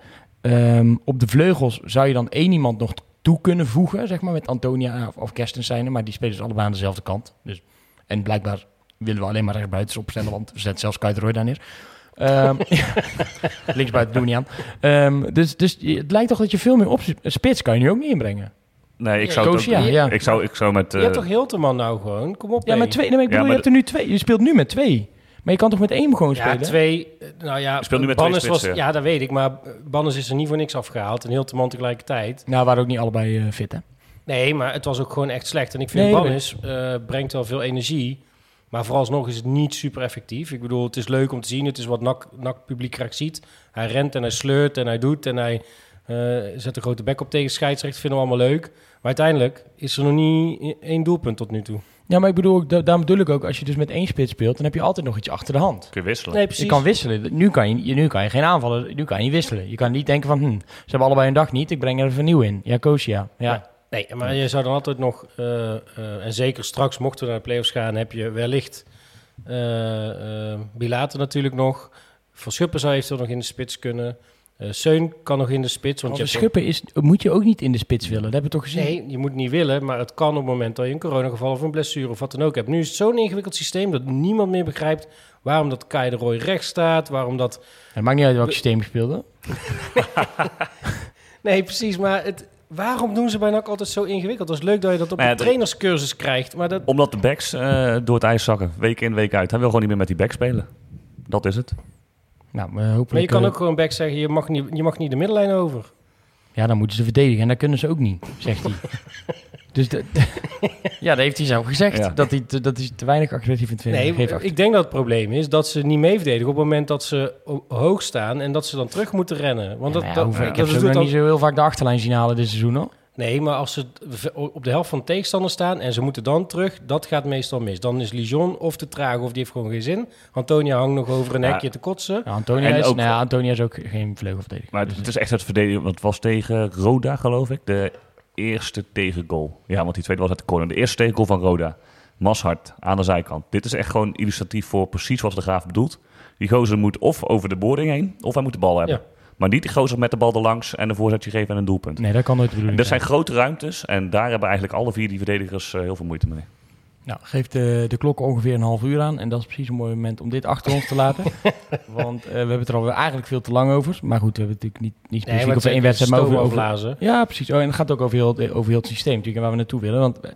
Um, op de vleugels zou je dan één iemand nog toe kunnen voegen, zeg maar, met Antonia of, of Kerstens zijn. Maar die spelen dus allebei aan dezelfde kant. Dus, en blijkbaar willen we alleen maar rechtsbuitens opstellen, want we zetten zelfs Kuit Roy daar neer. Um, linksbuiten doen we niet aan. Um, dus, dus het lijkt toch dat je veel meer opties... Spits kan je nu ook niet inbrengen. Nee, ik zou het ook Koos, ja, doen. ja. Ik zou, ik zou met... Je hebt eh, toch Hilterman nou gewoon? Kom op, Ja, hé. met twee. Nee, maar ik bedoel, Ja, maar je hebt er nu twee. Je speelt nu met twee. Maar je kan toch met één gewoon Ja, spelen? twee... eh, Nou ja, Je speelt nu met twee Bannes was, spitsen, ja. ja, dat weet ik. Maar Bannes is er niet voor niks afgehaald. En Hilterman tegelijkertijd. Nou, waren ook niet allebei uh, fit, hè? Nee, maar het was ook gewoon echt slecht. En ik vind Nee, dat Bannes uh, brengt wel veel energie. Maar vooralsnog is het niet super effectief. Ik bedoel, het is leuk om te zien. Het is wat N A C, N A C publiek graag ziet. Hij rent en hij sleurt en hij doet. En hij uh, zet een grote bek op tegen scheidsrechter. Vinden we allemaal leuk. Maar uiteindelijk is er nog niet één doelpunt tot nu toe. Ja, maar ik bedoel, da- daarom bedoel ik ook, als je dus met één spits speelt, dan heb je altijd nog iets achter de hand. kun je wisselen. Nee, precies. Je kan wisselen. Nu kan je, nu kan je geen aanvallen, nu kan je wisselen. Je kan niet denken van, hm, ze hebben allebei een dag niet, ik breng er even nieuw in. Ja, Kosia. Ja. Ja. Nee, maar je zou dan altijd nog... Uh, uh, en zeker straks, mochten we naar de play-offs gaan, heb je wellicht... Uh, uh, Bilater natuurlijk nog. Van Schuppen zou eventueel nog in de spits kunnen. Uh, Seun kan nog in de spits. Want Want je hebt Schuppen is, moet je ook niet in de spits willen, dat hebben we toch gezien? Nee, je moet niet willen, maar het kan op het moment dat je een coronageval of een blessure of wat dan ook hebt. Nu is het zo'n ingewikkeld systeem dat niemand meer begrijpt waarom dat Kai de Roy rechts staat, waarom dat... Het maakt niet uit welk systeem je speelde. Nee, precies, maar het... Waarom doen ze bij N A C altijd zo ingewikkeld? Dat is leuk dat je dat op Maar ja, een de- trainerscursus krijgt, maar dat... Omdat de backs uh, door het ijs zakken. Week in, week uit. Hij wil gewoon niet meer met die back spelen. Dat is het. Nou, maar hopelijk... Maar je kan uh, ook gewoon back zeggen, je mag niet, je mag niet de middellijn over. Ja, dan moeten ze verdedigen en dat kunnen ze ook niet, zegt hij. Dus de, ja, dat heeft hij zelf gezegd, Ja. dat, hij te, dat hij te weinig agressief in het Nee, geeft achter. ik denk dat het probleem is dat ze niet mee verdedigen op het moment dat ze o- hoog staan en dat ze dan terug moeten rennen. Want Ja, dat, maar ja, dat, hoeveel- ik dat heb zo doet nog dan- niet zo heel vaak de achterlijn zien halen dit seizoen, hoor. Nee, maar als ze v- op de helft van de tegenstander staan en ze moeten dan terug, dat gaat meestal mis. Dan is Lijon of te traag of die heeft gewoon geen zin. Antonia hangt nog over een Ja. hekje te kotsen. Ja, Antonia, En is, ook- nou ja, Antonia is ook geen vleugelverdediger. Maar Dus het, het is echt het verdedigen. Want het was tegen Roda, geloof ik. De eerste tegengoal. Ja, want die tweede was uit de corner. De eerste tegengoal van Roda. Mashart aan de zijkant. Dit is echt gewoon illustratief voor precies wat de Graaf bedoelt. Die gozer moet of over de boarding heen, of hij moet de bal hebben. Ja. Maar niet die gozer met de bal erlangs en een voorzetje geven en een doelpunt. nee, dat kan nooit de bedoeling Er zijn zijn. grote ruimtes en daar hebben eigenlijk alle vier die verdedigers uh, heel veel moeite mee. Nou, geeft de, de klok ongeveer een half uur aan. En dat is precies een mooi moment om dit achter ons te laten. Want uh, we hebben het er al eigenlijk veel te lang over. Maar goed, we hebben het natuurlijk niet, niet specifiek over één wedstrijd, maar over... over blazen. ja, precies. Oh, en het gaat ook over heel, over heel het systeem natuurlijk en waar we naartoe willen. Want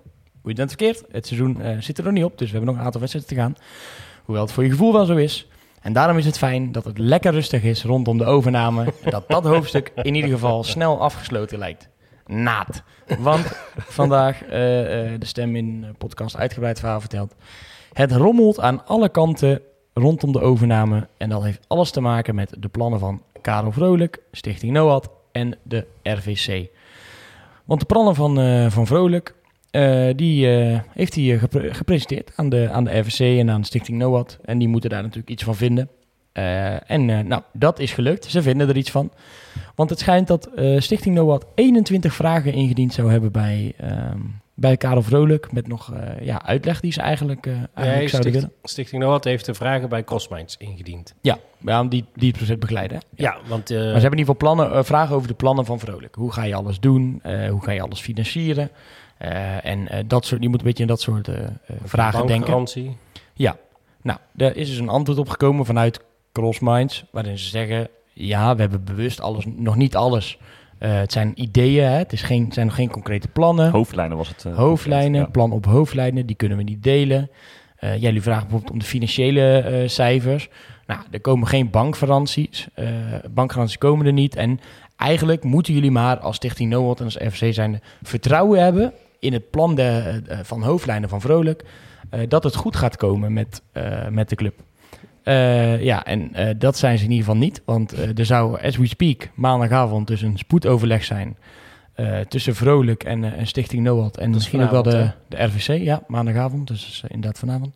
je het bent verkeerd. Het seizoen uh, zit er nog niet op, dus we hebben nog een aantal wedstrijden te gaan. Hoewel het voor je gevoel wel zo is. En daarom is het fijn dat het lekker rustig is rondom de overname. En dat dat hoofdstuk in ieder geval snel afgesloten lijkt. Naad. Want vandaag uh, uh, de Stem in de podcast uitgebreid verhaal verteld. Het rommelt aan alle kanten rondom de overname. En dat heeft alles te maken met de plannen van Karel Vrolijk, Stichting NOAD en de R V C. Want de plannen van, uh, van Vrolijk, uh, die uh, heeft hij gepre- gepresenteerd aan de, aan de R V C en aan de Stichting NOAD. En die moeten daar natuurlijk iets van vinden. Uh, en uh, nou, dat is gelukt. Ze vinden er iets van. Want het schijnt dat uh, Stichting NOAD eenentwintig vragen ingediend zou hebben bij, uh, bij Karel Vrolijk. Met nog uh, ja, uitleg die ze eigenlijk, uh, eigenlijk nee, zouden Sticht, willen. Stichting NOAD heeft de vragen bij Crossminds ingediend. Ja, ja die, die het proces begeleiden. Hè? Ja, want... Uh, Maar ze hebben in ieder geval plannen, uh, vragen over de plannen van Vrolijk. Hoe ga je alles doen? Uh, hoe ga je alles financieren? Uh, en uh, dat soort, je moet een beetje in dat soort uh, uh, vragen denken. Bankgarantie. Ja, nou, daar is dus een antwoord op gekomen vanuit Crossminds, waarin ze zeggen, ja, we hebben bewust alles, nog niet alles. Uh, het zijn ideeën, hè? Het is geen, zijn nog geen concrete plannen. Hoofdlijnen was het. Uh, hoofdlijnen, ja. plan op hoofdlijnen, die kunnen we niet delen. Uh, jullie vragen bijvoorbeeld om de financiële uh, cijfers. Nou, er komen geen bankgaranties. Uh, bankgaranties komen er niet. En eigenlijk moeten jullie maar als Stichting NOAD en als R V C zijnde vertrouwen hebben in het plan de, uh, van hoofdlijnen van Vrolijk, uh, dat het goed gaat komen met, uh, met de club. Uh, ja, en uh, dat zijn ze in ieder geval niet. Want uh, er zou, as we speak, maandagavond dus een spoedoverleg zijn uh, tussen Vrolijk en, uh, en Stichting NOAD. En misschien ook wel de, de R V C. Ja, maandagavond. Dus uh, inderdaad vanavond.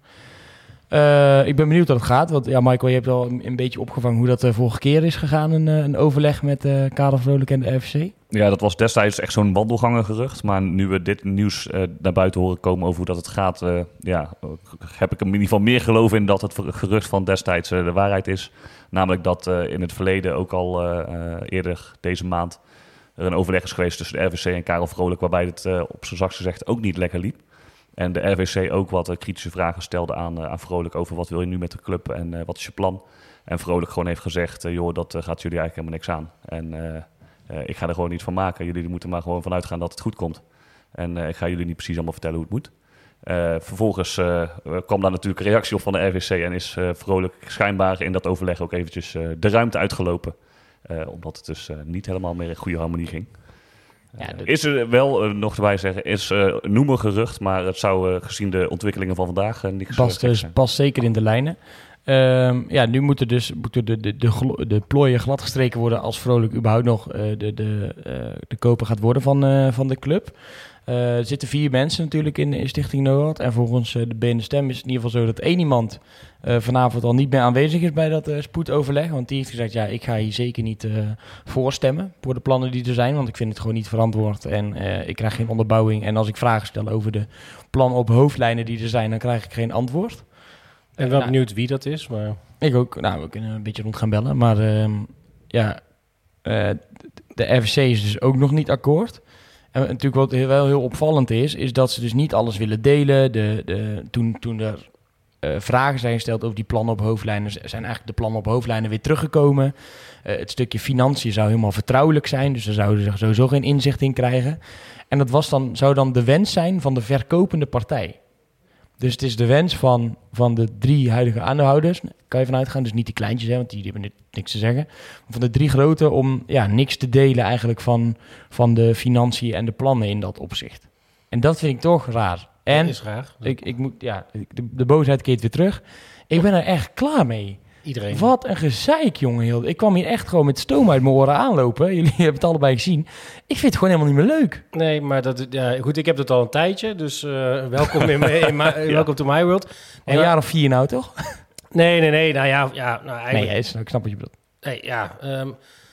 Uh, ik ben benieuwd hoe dat gaat. Want ja, Michael, je hebt al een, een beetje opgevangen hoe dat de vorige keer is gegaan. Een, een overleg met uh, Karel Vrolijk en de R V C. Ja, dat was destijds echt zo'n wandelgangengerucht. Maar nu we dit nieuws uh, naar buiten horen komen over hoe dat het gaat, uh, ja, heb ik in ieder geval meer geloof in dat het gerucht van destijds uh, de waarheid is. Namelijk dat uh, in het verleden ook al uh, uh, eerder deze maand er een overleg is geweest tussen de R V C en Karel Vrolijk, waarbij het uh, op zijn zachtst gezegd ook niet lekker liep. En de R V C ook wat uh, kritische vragen stelde aan, uh, aan Vrolijk over wat wil je nu met de club en uh, wat is je plan. En Vrolijk gewoon heeft gezegd, uh, joh, dat uh, gaat jullie eigenlijk helemaal niks aan. En uh, uh, ik ga er gewoon niet van maken. Jullie moeten maar gewoon vanuit gaan dat het goed komt. En uh, ik ga jullie niet precies allemaal vertellen hoe het moet. Uh, vervolgens uh, kwam daar natuurlijk een reactie op van de R V C en is uh, Vrolijk schijnbaar in dat overleg ook eventjes uh, de ruimte uitgelopen. Uh, omdat het dus uh, niet helemaal meer in goede harmonie ging. Ja, de... Is er wel, uh, nog erbij zeggen, is uh, noem een gerucht, maar het zou uh, gezien de ontwikkelingen van vandaag uh, niks past, dus, zijn. Past zeker in de lijnen. Um, ja, nu moeten dus moeten de, de, de, glo- de plooien gladgestreken worden als Vrolijk überhaupt nog uh, de, de, uh, de koper gaat worden van, uh, van de club. Uh, er zitten vier mensen natuurlijk in, in Stichting NOAD. En volgens uh, de B N Stem is het in ieder geval zo dat één iemand uh, vanavond al niet meer aanwezig is bij dat uh, spoedoverleg. Want die heeft gezegd, ja, ik ga hier zeker niet uh, voorstemmen voor de plannen die er zijn. Want ik vind het gewoon niet verantwoord en uh, ik krijg geen onderbouwing. En als ik vragen stel over de plannen op hoofdlijnen die er zijn, dan krijg ik geen antwoord. Ik ben wel nou, benieuwd wie dat is, maar... Ik ook. Nou, we kunnen een beetje rond gaan bellen. Maar uh, ja, uh, de R V C is dus ook nog niet akkoord. En natuurlijk wat heel, wel heel opvallend is, is dat ze dus niet alles willen delen. De, de, toen, toen er uh, vragen zijn gesteld over die plannen op hoofdlijnen, zijn eigenlijk de plannen op hoofdlijnen weer teruggekomen. Uh, het stukje financiën zou helemaal vertrouwelijk zijn, dus daar zouden ze sowieso geen inzicht in krijgen. En dat was dan, zou dan de wens zijn van de verkopende partij. Dus het is de wens van, van de drie huidige aandeelhouders, kan je vanuit gaan, dus niet die kleintjes, hè, want die, die hebben niks te zeggen. Van de drie grote om ja, niks te delen eigenlijk van, van de financiën en de plannen in dat opzicht. En dat vind ik toch raar. En dat is raar. Ik, ik moet, ja, de, de boosheid keert weer terug. Ik ben er echt klaar mee. Iedereen. Wat een gezeik, jongen. Heel. Ik kwam hier echt gewoon met stoom uit mijn oren aanlopen. Jullie hebben het allebei gezien. Ik vind het gewoon helemaal niet meer leuk. Nee, maar dat, ja, goed, ik heb het al een tijdje. Dus uh, welkom, in my, in my, ja. welkom to my world. Een nee, jaar of vier nou, toch? Nee, nee, nee. Nou ja, ja nou, eigenlijk... Nee, is, ik snap wat je bedoelt. Nee, ja. Um,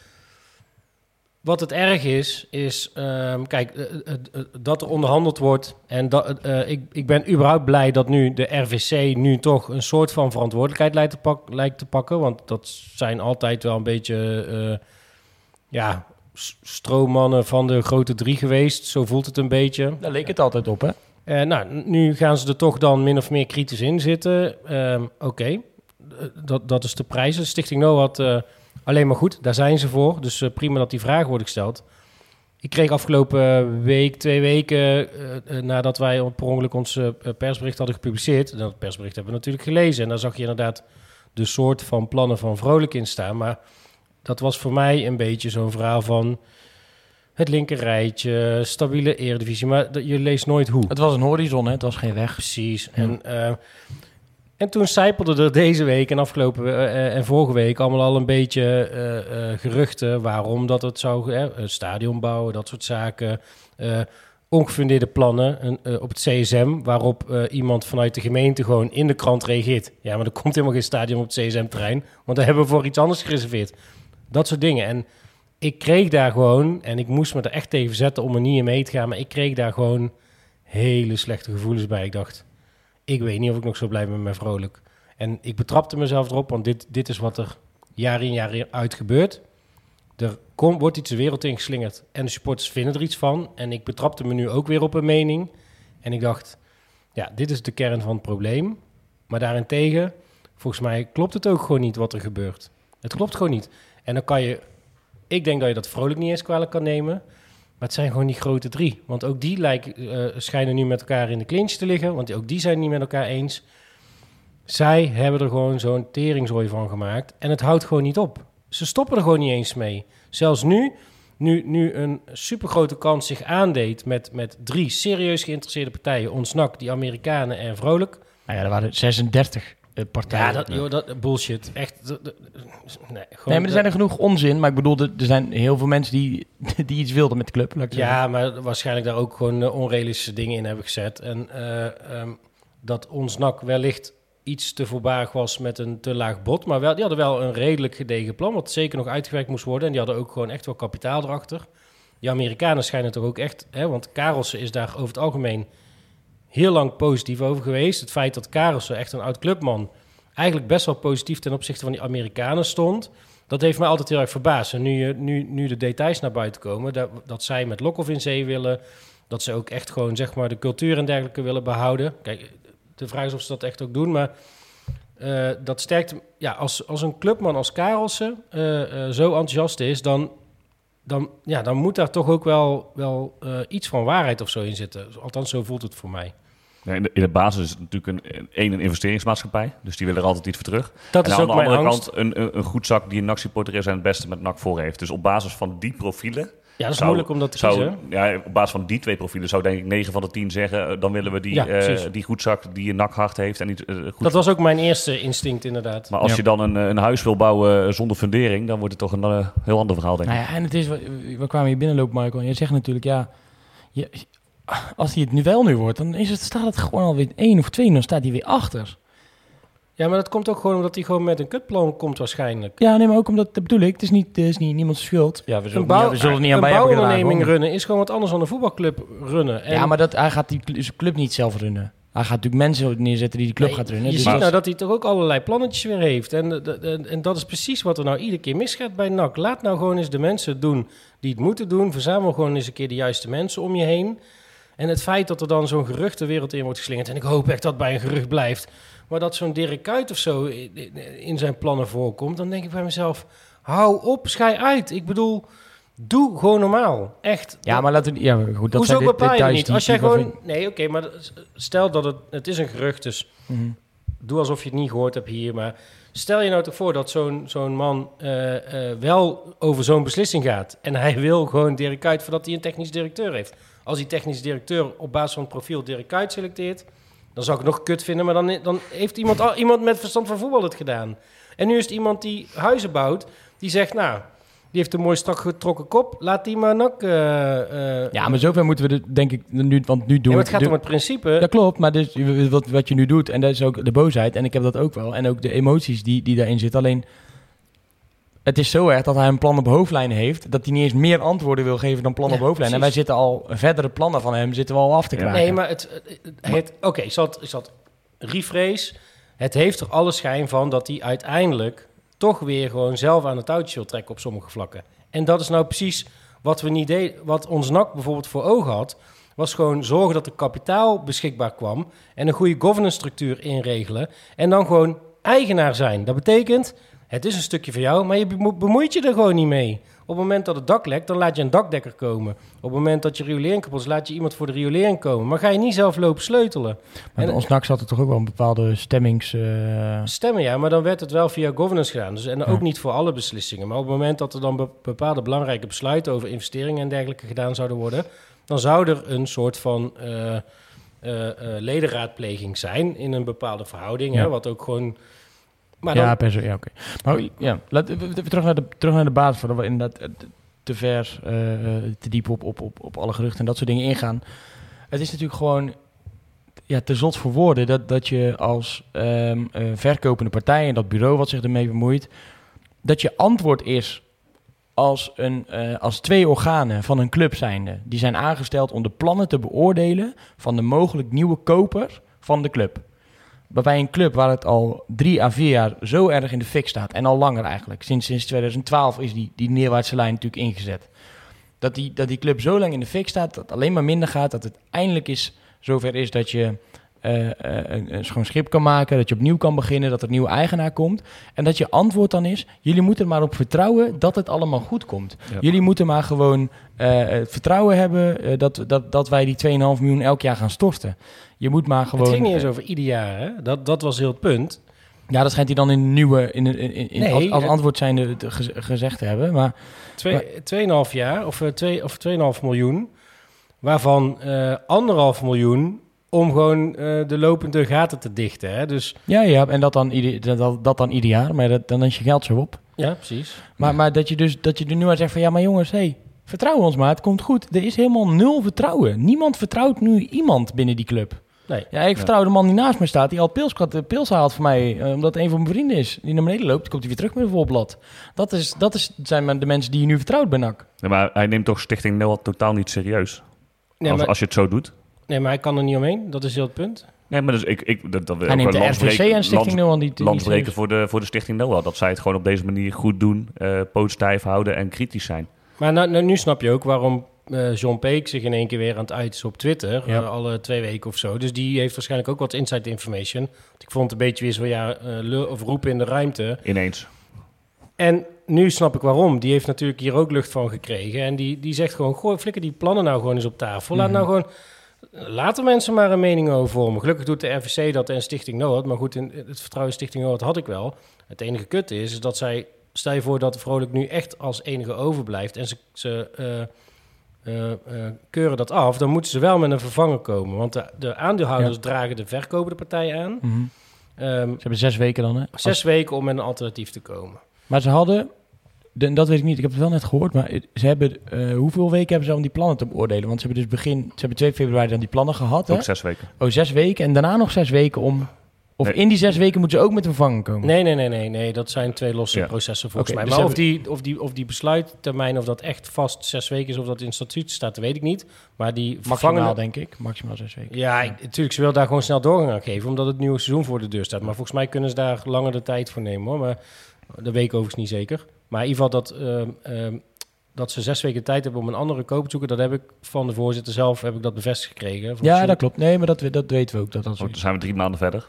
wat het erg is, is... Um, kijk, uh, uh, uh, dat er onderhandeld wordt. En dat, uh, ik, ik ben überhaupt blij dat nu de R V C nu toch een soort van verantwoordelijkheid lijkt te, pak, lijkt te pakken. Want dat zijn altijd wel een beetje... Uh, ja, stroommannen van de grote drie geweest. Zo voelt het een beetje. Daar leek het altijd op, hè? Uh, nou, nu gaan ze er toch dan min of meer kritisch in zitten. Um, Oké, okay. dat, dat is de prijs. Stichting NOAD... Uh, alleen maar goed, daar zijn ze voor. Dus uh, prima dat die vragen worden gesteld. Ik kreeg afgelopen week, twee weken, uh, uh, nadat wij per ongeluk ons uh, persbericht hadden gepubliceerd. Dat persbericht hebben we natuurlijk gelezen. En daar zag je inderdaad de soort van plannen van Vrolijk in staan. Maar dat was voor mij een beetje zo'n verhaal van het linkerrijtje, stabiele eredivisie. Maar d- je leest nooit hoe. Het was een horizon, hè? Het was geen weg. Precies. Ja. En, uh, en toen sijpelde er deze week en afgelopen uh, en vorige week allemaal al een beetje uh, uh, geruchten waarom dat het zou, uh, stadion bouwen, dat soort zaken. Uh, ongefundeerde plannen uh, uh, op het C S M, waarop uh, iemand vanuit de gemeente gewoon in de krant reageert. Ja, maar er komt helemaal geen stadion op het C S M-terrein, want daar hebben we voor iets anders gereserveerd. Dat soort dingen. En ik kreeg daar gewoon, en ik moest me er echt tegen zetten om er niet in mee te gaan, maar ik kreeg daar gewoon hele slechte gevoelens bij. Ik dacht, ik weet niet of ik nog zo blij ben met Vrolijk. En ik betrapte mezelf erop, want dit, dit is wat er jaar in jaar uit gebeurt. Er komt, wordt iets de wereld ingeslingerd en de supporters vinden er iets van. En ik betrapte me nu ook weer op een mening. En ik dacht, ja, dit is de kern van het probleem. Maar daarentegen, volgens mij klopt het ook gewoon niet wat er gebeurt. Het klopt gewoon niet. En dan kan je, ik denk dat je dat Vrolijk niet eens kwalijk kan nemen. Maar het zijn gewoon die grote drie. Want ook die lijken, uh, schijnen nu met elkaar in de clinch te liggen. Want ook die zijn het niet met elkaar eens. Zij hebben er gewoon zo'n teringzooi van gemaakt. En het houdt gewoon niet op. Ze stoppen er gewoon niet eens mee. Zelfs nu, nu, nu een supergrote kans zich aandeed met, met drie serieus geïnteresseerde partijen. Ons N A C, die Amerikanen en Vrolijk. Nou ja, er waren zesendertig uh, partijen. Ja, dat, joh, dat bullshit. Echt. Dat, dat, nee, gewoon, nee, maar er zijn er genoeg onzin. Maar ik bedoel, er, er zijn heel veel mensen die, die iets wilden met de club. Laat ik ja, zeggen. maar waarschijnlijk daar ook gewoon uh, onrealistische dingen in hebben gezet. En uh, um, dat Ons N A C wellicht iets te voorbarig was met een te laag bod. Maar wel, die hadden wel een redelijk gedegen plan, wat zeker nog uitgewerkt moest worden. En die hadden ook gewoon echt wel kapitaal erachter. Die Amerikanen schijnen toch ook echt, hè, want Karelsen is daar over het algemeen heel lang positief over geweest. Het feit dat Karelsen, echt een oud clubman, eigenlijk best wel positief ten opzichte van die Amerikanen stond, dat heeft mij altijd heel erg verbaasd. En nu, nu, nu de details naar buiten komen, dat, dat zij met Lokhoff in zee willen, dat ze ook echt gewoon, zeg maar, de cultuur en dergelijke willen behouden. Kijk, de vraag is of ze dat echt ook doen, maar uh, dat sterkt. Ja, als, als een clubman als Karelsen uh, uh, zo enthousiast is, dan, dan, ja, dan moet daar toch ook wel, wel uh, iets van waarheid of zo in zitten. Althans, zo voelt het voor mij. Ja, in, de, in de basis is het natuurlijk een, een, een investeringsmaatschappij, dus die willen er altijd iets voor terug. Dat en is aan ook de mijn andere angst. kant een, een, een goed zak die een N A C-supporter is en het beste met N A C voor heeft. Dus op basis van die profielen. Ja, dat is zou, moeilijk om dat te zou, kiezen. Ja, op basis van die twee profielen zou denk ik negen van de tien zeggen, uh, dan willen we die, Ja, uh, die goedzak die een N A C-hart heeft. En die, uh, goed Dat was ook mijn eerste instinct, inderdaad. Maar als Ja. je dan een, een huis wil bouwen zonder fundering, dan wordt het toch een uh, heel ander verhaal, denk ik. Nou ja, en het is, we, we kwamen hier binnenlopen, Michael. En je zegt natuurlijk, ja, je, als hij het nu wel nu wordt, dan is het, staat het gewoon alweer één of twee en dan staat hij weer achter. Ja, maar dat komt ook gewoon omdat hij gewoon met een kutplan komt waarschijnlijk. Ja, nee, maar ook omdat, dat bedoel ik, het is niet, het is niet niemands schuld. Ja, we zullen, Een, bouw, ja, we zullen er niet aan een bij hebben gedaan. bouwonderneming gewoon. runnen is gewoon wat anders dan een voetbalclub runnen. En Ja, maar dat, hij gaat die cl- zijn club niet zelf runnen. Hij gaat natuurlijk mensen neerzetten die die club nee, gaat runnen. Je Dus ziet dat nou is- dat hij toch ook allerlei plannetjes weer heeft. En, en, en dat is precies wat er nou iedere keer misgaat bij N A C. Laat nou gewoon eens de mensen het doen die het moeten doen. Verzamel gewoon eens een keer de juiste mensen om je heen. En het feit dat er dan zo'n gerucht de wereld in wordt geslingerd, en ik hoop echt dat het bij een gerucht blijft, maar dat zo'n Dirk Kuyt of zo in zijn plannen voorkomt, dan denk ik bij mezelf, hou op, schei uit. Ik bedoel, doe gewoon normaal. Echt. Ja, maar laten we... Ja, goed, dat Hoezo zijn de bepaal je details niet? die- Als jij die waarvan- gewoon... Nee, oké, maar stel dat het... Het is een gerucht, dus Mhm. doe alsof je het niet gehoord hebt hier. Maar stel je nou toch voor dat zo'n zo'n man uh, uh, wel over zo'n beslissing gaat. En hij wil gewoon Dirk Kuyt voordat hij een technisch directeur heeft. Als die technisch directeur op basis van het profiel Dirk Kuyt selecteert, dan zou ik het nog kut vinden. Maar dan, dan heeft iemand, iemand met verstand van voetbal het gedaan. En nu is het iemand die huizen bouwt, die zegt, nou, die heeft een mooi strak getrokken kop. Laat die maar nak... Uh, uh, Ja, maar zover moeten we het, denk ik, nu, want nu doen ja, maar we het gaat de- om het principe. Dat klopt, maar dus, wat, wat je nu doet, en dat is ook de boosheid, en ik heb dat ook wel, en ook de emoties die, die daarin zitten. Alleen, het is zo erg dat hij een plan op hoofdlijn heeft, dat hij niet eens meer antwoorden wil geven dan plan Ja, op hoofdlijn. En wij precies. zitten al, verdere plannen van hem zitten we al af te Ja. kraken. Nee, maar het... het, het, het- Oké, ik zal het, ik zal het rephrase. Het heeft er alle schijn van dat hij uiteindelijk toch weer gewoon zelf aan het touwtje wil trekken op sommige vlakken. En dat is nou precies wat we niet deden. Wat ons N A C bijvoorbeeld voor ogen had, was gewoon zorgen dat er kapitaal beschikbaar kwam en een goede governance structuur inregelen. En dan gewoon eigenaar zijn. Dat betekent, het is een stukje van jou, maar je bemo- bemoeit je er gewoon niet mee. Op het moment dat het dak lekt, dan laat je een dakdekker komen. Op het moment dat je riolering kapot is, laat je iemand voor de riolering komen. Maar ga je niet zelf lopen sleutelen. Maar bij ons N A C zat er toch ook wel een bepaalde stemmings... Uh... Stemmen, ja, maar dan werd het wel via governance gedaan. Dus, en Ja. ook niet voor alle beslissingen. Maar op het moment dat er dan be- bepaalde belangrijke besluiten over investeringen en dergelijke gedaan zouden worden, dan zou er een soort van uh, uh, uh, ledenraadpleging zijn in een bepaalde verhouding. Ja. Hè, wat ook gewoon... Maar ja, dan, per se, ja, oké. Maar ja, laten we even terug naar de, terug naar de basis, voordat we inderdaad eh, te ver, uh, te diep op, op, op, op alle geruchten en dat soort dingen ingaan. Het is natuurlijk gewoon, ja, te zot voor woorden dat, dat je als um, uh, verkopende partij en dat bureau wat zich ermee bemoeit, dat je antwoord is als, een, uh, als twee organen van een club zijnde. Die zijn aangesteld om de plannen te beoordelen van de mogelijk nieuwe koper van de club. Bij een club waar het al drie à vier jaar zo erg in de fik staat. En al langer eigenlijk. Sinds, sinds twintig twaalf is die, die neerwaartse lijn natuurlijk ingezet. Dat die, dat die club zo lang in de fik staat, dat het alleen maar minder gaat. Dat het eindelijk is, zover is dat je uh, uh, een, een schoon schip kan maken. Dat je opnieuw kan beginnen. Dat er een nieuwe eigenaar komt. En dat je antwoord dan is, jullie moeten er maar op vertrouwen dat het allemaal goed komt. Ja. Jullie moeten maar gewoon uh, het vertrouwen hebben uh, dat, dat, dat wij die twee komma vijf miljoen elk jaar gaan storten. Je moet maar gewoon... het ging niet eens over ieder jaar, hè? Dat, dat was heel het punt. Ja, dat schijnt hij dan in de nieuwe, in, in, in, in Nee, als, als het- antwoord zijnde te- gez- gezegd te hebben. Maar Twee, tweeënhalf jaar, of, uh, twee, of tweeënhalf miljoen, waarvan uh, anderhalf miljoen om gewoon uh, de lopende gaten te dichten. Hè? Dus ja, ja, en dat dan ieder, dat, dat dan ieder jaar, maar dat, dan is je geld zo op. ja, precies. Maar, maar dat je dus dat je er nu aan zegt van, ja, maar jongens, hey, vertrouw ons maar, het komt goed. Er is helemaal nul vertrouwen. Niemand vertrouwt nu iemand binnen die club. Nee. Ja, ik vertrouw de man die naast me staat, die al pils, pils haalt voor mij, uh, omdat een van mijn vrienden is. Die naar beneden loopt, komt hij weer terug met een vol blad. Dat, is, dat is, zijn maar de mensen die je nu vertrouwt bij N A C. Ja, maar hij neemt toch Stichting Noord totaal niet serieus. Nee, als, maar, als je het zo doet. nee, maar hij kan er niet omheen. Dat is heel het punt. Nee, maar dus ik... ik dat, dat Hij neemt de R V C en Stichting Noord die die- Landsbreken voor de, voor de Stichting Noord. Dat zij het gewoon op deze manier goed doen, uh, poot stijf houden en kritisch zijn. Maar nou, nou, nu snap je ook waarom uh, John Peek zich in één keer weer aan het uit is op Twitter. Ja. Uh, alle twee weken of zo. Dus die heeft waarschijnlijk ook wat inside information. Want ik vond het een beetje weer zo, ja, uh, lul- of roepen in de ruimte. Ineens. En nu snap ik waarom. Die heeft natuurlijk hier ook lucht van gekregen. En die, die zegt gewoon, gooi, flikker die plannen nou gewoon eens op tafel. Laat nou gewoon... Laten mensen maar een mening over vormen. Gelukkig doet de R V C dat en Stichting Noord. Maar goed, in het vertrouwen in Stichting Noord had ik wel. Het enige kut is, is dat zij... Stel je voor dat Vrolijk nu echt als enige overblijft... en ze, ze uh, uh, uh, keuren dat af... dan moeten ze wel met een vervanger komen. Want de, de aandeelhouders Ja. dragen de verkopende partij aan. Mhm. Um, Ze hebben zes weken dan, hè? zes Als- weken om met een alternatief te komen. Maar ze hadden, de, dat weet ik niet, ik heb het wel net gehoord, maar ze hebben, uh, hoeveel weken hebben ze om die plannen te beoordelen? Want ze hebben dus begin, ze hebben twee februari dan die plannen gehad, hè? Ook zes weken. Oh, zes weken en daarna nog zes weken om, of Nee. in die zes weken moeten ze ook met een vervanger komen? Nee, nee, nee, nee, nee. Dat zijn twee losse Ja. processen volgens Oké, mij. dus Maar of hebben- die, of, die, of die besluittermijn, of dat echt vast zes weken is, of dat in het statuut staat, dat weet ik niet. Maar die Maximaal, vervangende... denk ik. Maximaal zes weken. Ja, ik- natuurlijk, ze wil daar gewoon snel doorgang aan geven, omdat het nieuwe seizoen voor de deur staat. Maar volgens mij kunnen ze daar langer de tijd voor nemen, hoor. Maar dat weet ik overigens niet zeker. Maar in ieder geval dat, ehm, ehm, dat ze zes weken tijd hebben om een andere koop te zoeken, dat heb ik van de voorzitter zelf heb ik dat bevestigd gekregen. Van Ja, John- dat klopt. Nee, maar dat, we- dat weten we ook. Dat dat zo Oh, is. dan zijn we drie maanden verder.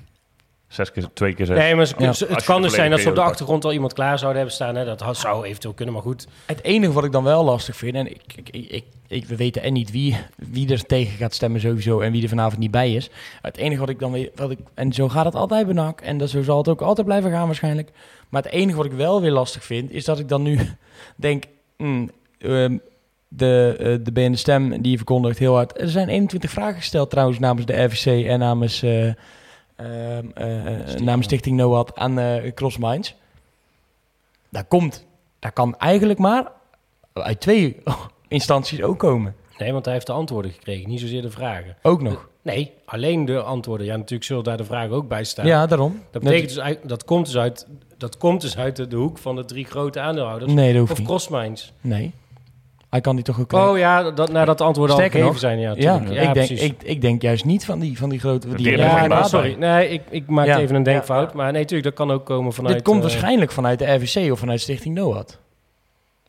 Zes keer, twee keer zes. Nee, maar ze- Ja. ze- Als het je kan de dus zijn dat ze op de volledige achtergrond al iemand klaar zouden hebben staan. Hè? Dat had- zou eventueel kunnen, maar goed. Het enige wat ik dan wel lastig vind, en ik, ik, ik, ik, ik- we weten en niet wie, wie er tegen gaat stemmen sowieso en wie er vanavond niet bij is. Het enige wat ik dan weer, wat ik, en zo gaat het altijd bij N A C en dat, zo zal het ook altijd blijven gaan waarschijnlijk. Maar het enige wat ik wel weer lastig vind, is dat ik dan nu denk, mm, um, de, uh, de B N De Stem die verkondigt heel hard. Er zijn eenentwintig vragen gesteld trouwens namens de R V C en namens, uh, uh, uh, Stichting. namens Stichting NOAD aan uh, CrossMinds. Daar komt, daar kan eigenlijk maar uit twee instanties ook komen. Nee, want hij heeft de antwoorden gekregen, niet zozeer de vragen. Ook nog. Nee, alleen de antwoorden. Ja, natuurlijk zullen daar de vragen ook bij staan. Ja, daarom. Dat betekent dus eigenlijk, dat komt dus uit, dat komt dus uit de, de hoek van de drie grote aandeelhouders. Nee, dat hoeft Of niet. Crossminds. Nee. Hij kan die toch ook krijgen. Oh ja, dat, nadat de antwoorden al Sterker gegeven nog, zijn. Ja, ja, tuurlijk. ik, denk, precies. ik, ik denk juist niet van die, van die grote... Die Die hebben ja, geen nee, baat sorry. Nee, ik, ik maak Ja. even een Ja. denkfout. Maar nee, natuurlijk, dat kan ook komen vanuit... Dit komt eh, waarschijnlijk vanuit de R V C of vanuit Stichting NOAD.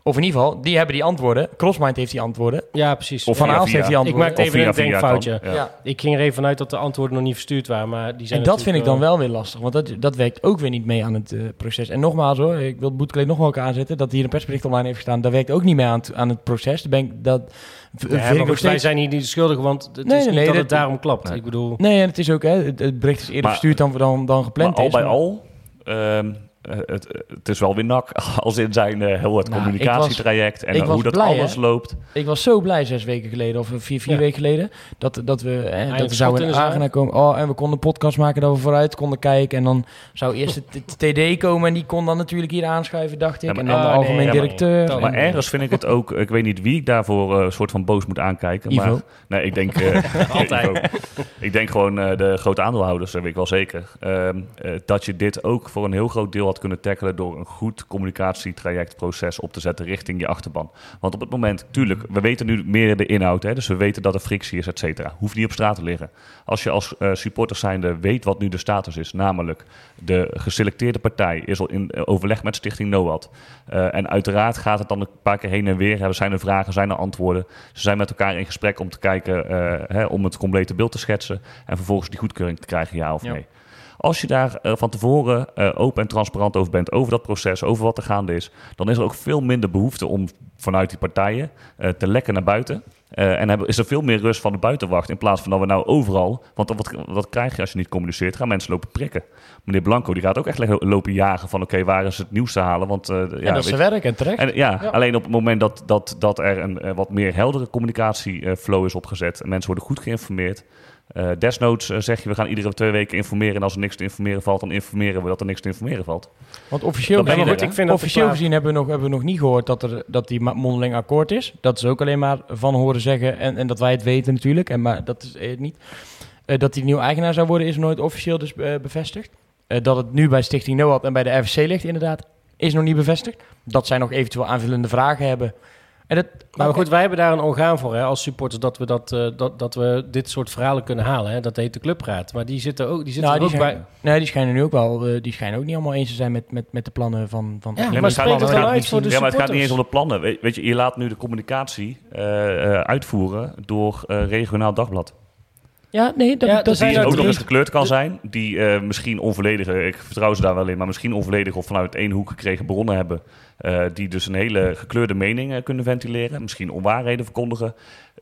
Of in ieder geval, die hebben die antwoorden. Crossmind heeft die antwoorden. Ja, precies. Of Van via Aalst via. heeft die Ik antwoorden. maakte even via een via denkfoutje. kan, Ja. ja. Ik ging er even vanuit dat de antwoorden nog niet verstuurd waren, maar die zijn En dat vind ik dan natuurlijk, wel weer lastig, want dat, dat werkt ook weer niet mee aan het uh, proces. En nogmaals hoor, ik wil het boetkleed nog wel ook aanzetten, dat hier een persbericht online heeft gestaan, dat werkt ook niet mee aan het, aan het proces. Dan ben ik, dat v- uh, vind ja, ik maar nog goed, wij steeds... zijn hier niet schuldig, want het Nee, is nee, niet nee, dat dat- het daarom klapt. Nee. Ik bedoel, Nee, en het is ook, hè, het, het bericht is eerder Maar- verstuurd dan, dan, dan gepland Maar al is. bij maar- al, ehm, eh, het, het is wel weer N A C, als in zijn eh, heel het Nou, communicatietraject en ik eh, was hoe dat blij, alles hè? loopt. Ik was zo blij zes weken geleden, of vier, vier Ja. weken geleden, dat, dat we, hè, dat we schot in zouden de een zaak. agenda komen. Oh, en we konden een podcast maken dat we vooruit konden kijken. En dan zou eerst het het T D komen en die kon dan natuurlijk hier aanschuiven, dacht ik. Ja, maar- en dan de Oh, algemeen nee, ja, maar- directeur. dat- Maar En- ergens vind ik het ook, ik weet niet wie ik daarvoor een soort van boos moet aankijken. Ivo. Maar nee, ik denk, eh, Altijd. Ivo. Ik denk gewoon eh, de grote aandeelhouders, dat weet ik wel zeker. ehm, eh, dat je dit ook voor een heel groot deel had kunnen tackelen door een goed communicatietrajectproces op te zetten richting je achterban. Want op het moment, tuurlijk, we weten nu meer de inhoud, hè, dus we weten dat er frictie is, et cetera. Hoeft niet op straat te liggen. Als je als uh, supporters zijnde weet wat nu de status is, namelijk de geselecteerde partij is al in uh, overleg met Stichting NOAD. Uh, en uiteraard gaat het dan een paar keer heen en weer. Hè, zijn er vragen, zijn er antwoorden. Ze zijn met elkaar in gesprek om te kijken, uh, hè, om het complete beeld te schetsen en vervolgens die goedkeuring te krijgen, ja of Ja. nee. Als je daar uh, van tevoren uh, open en transparant over bent, over dat proces, over wat er gaande is, dan is er ook veel minder behoefte om vanuit die partijen uh, te lekken naar buiten. Uh, en hebben, is er veel meer rust van de buitenwacht in plaats van dat we nou overal... Want dan wat, wat krijg je als je niet communiceert? Gaan mensen lopen prikken. Meneer Blanco die gaat ook echt le- lopen jagen van... oké, okay, waar is het nieuws te halen? Want, uh, ja, Ja, dat is zijn werk en terecht. En, ja, Ja. alleen op het moment dat, dat, dat er een uh, wat meer heldere communicatieflow is opgezet... en mensen worden goed geïnformeerd... Uh, desnoods uh, zeg je, we gaan iedere twee weken informeren... en als er niks te informeren valt, dan informeren we dat er niks te informeren valt. Want officieel, Dat ben gezien, je er, ik vind dat officieel we gezien hebben we, nog, hebben we nog niet gehoord dat, er, dat die ma- mondeling akkoord is. Dat is ook alleen maar van horen zeggen en, en dat wij het weten natuurlijk. En, maar dat is het niet. Uh, dat die nieuw eigenaar zou worden is nooit officieel dus uh, bevestigd. Uh, dat het nu bij Stichting NOAD en bij de R V C ligt inderdaad, is nog niet bevestigd. Dat zij nog eventueel aanvullende vragen hebben. En dat, maar goed, wij hebben daar een orgaan voor hè, als supporters... dat we, dat, uh, dat, dat we dit soort verhalen kunnen halen. Hè. Dat heet de clubraad. Maar die zitten ook, die zitten nou, er die ook schijnen, bij... nee, die schijnen nu ook wel... Uh, die schijnen ook niet allemaal eens te zijn met, met, met de plannen van... van Ja, maar maar het gaat- spreek het het dan gaat uit voor de Ja, maar het gaat niet eens supporters. om de plannen. We- Weet je, je laat nu de communicatie uh, uh, uitvoeren door uh, regionaal dagblad. Ja, nee, dat, Ja, dat er Die zijn ook er nog drie- eens gekleurd kan zijn. Die uh, misschien onvolledig, ik vertrouw ze daar wel in, maar misschien onvolledig of vanuit één hoek gekregen bronnen hebben. Uh, die dus een hele gekleurde mening uh, kunnen ventileren. Misschien onwaarheden verkondigen.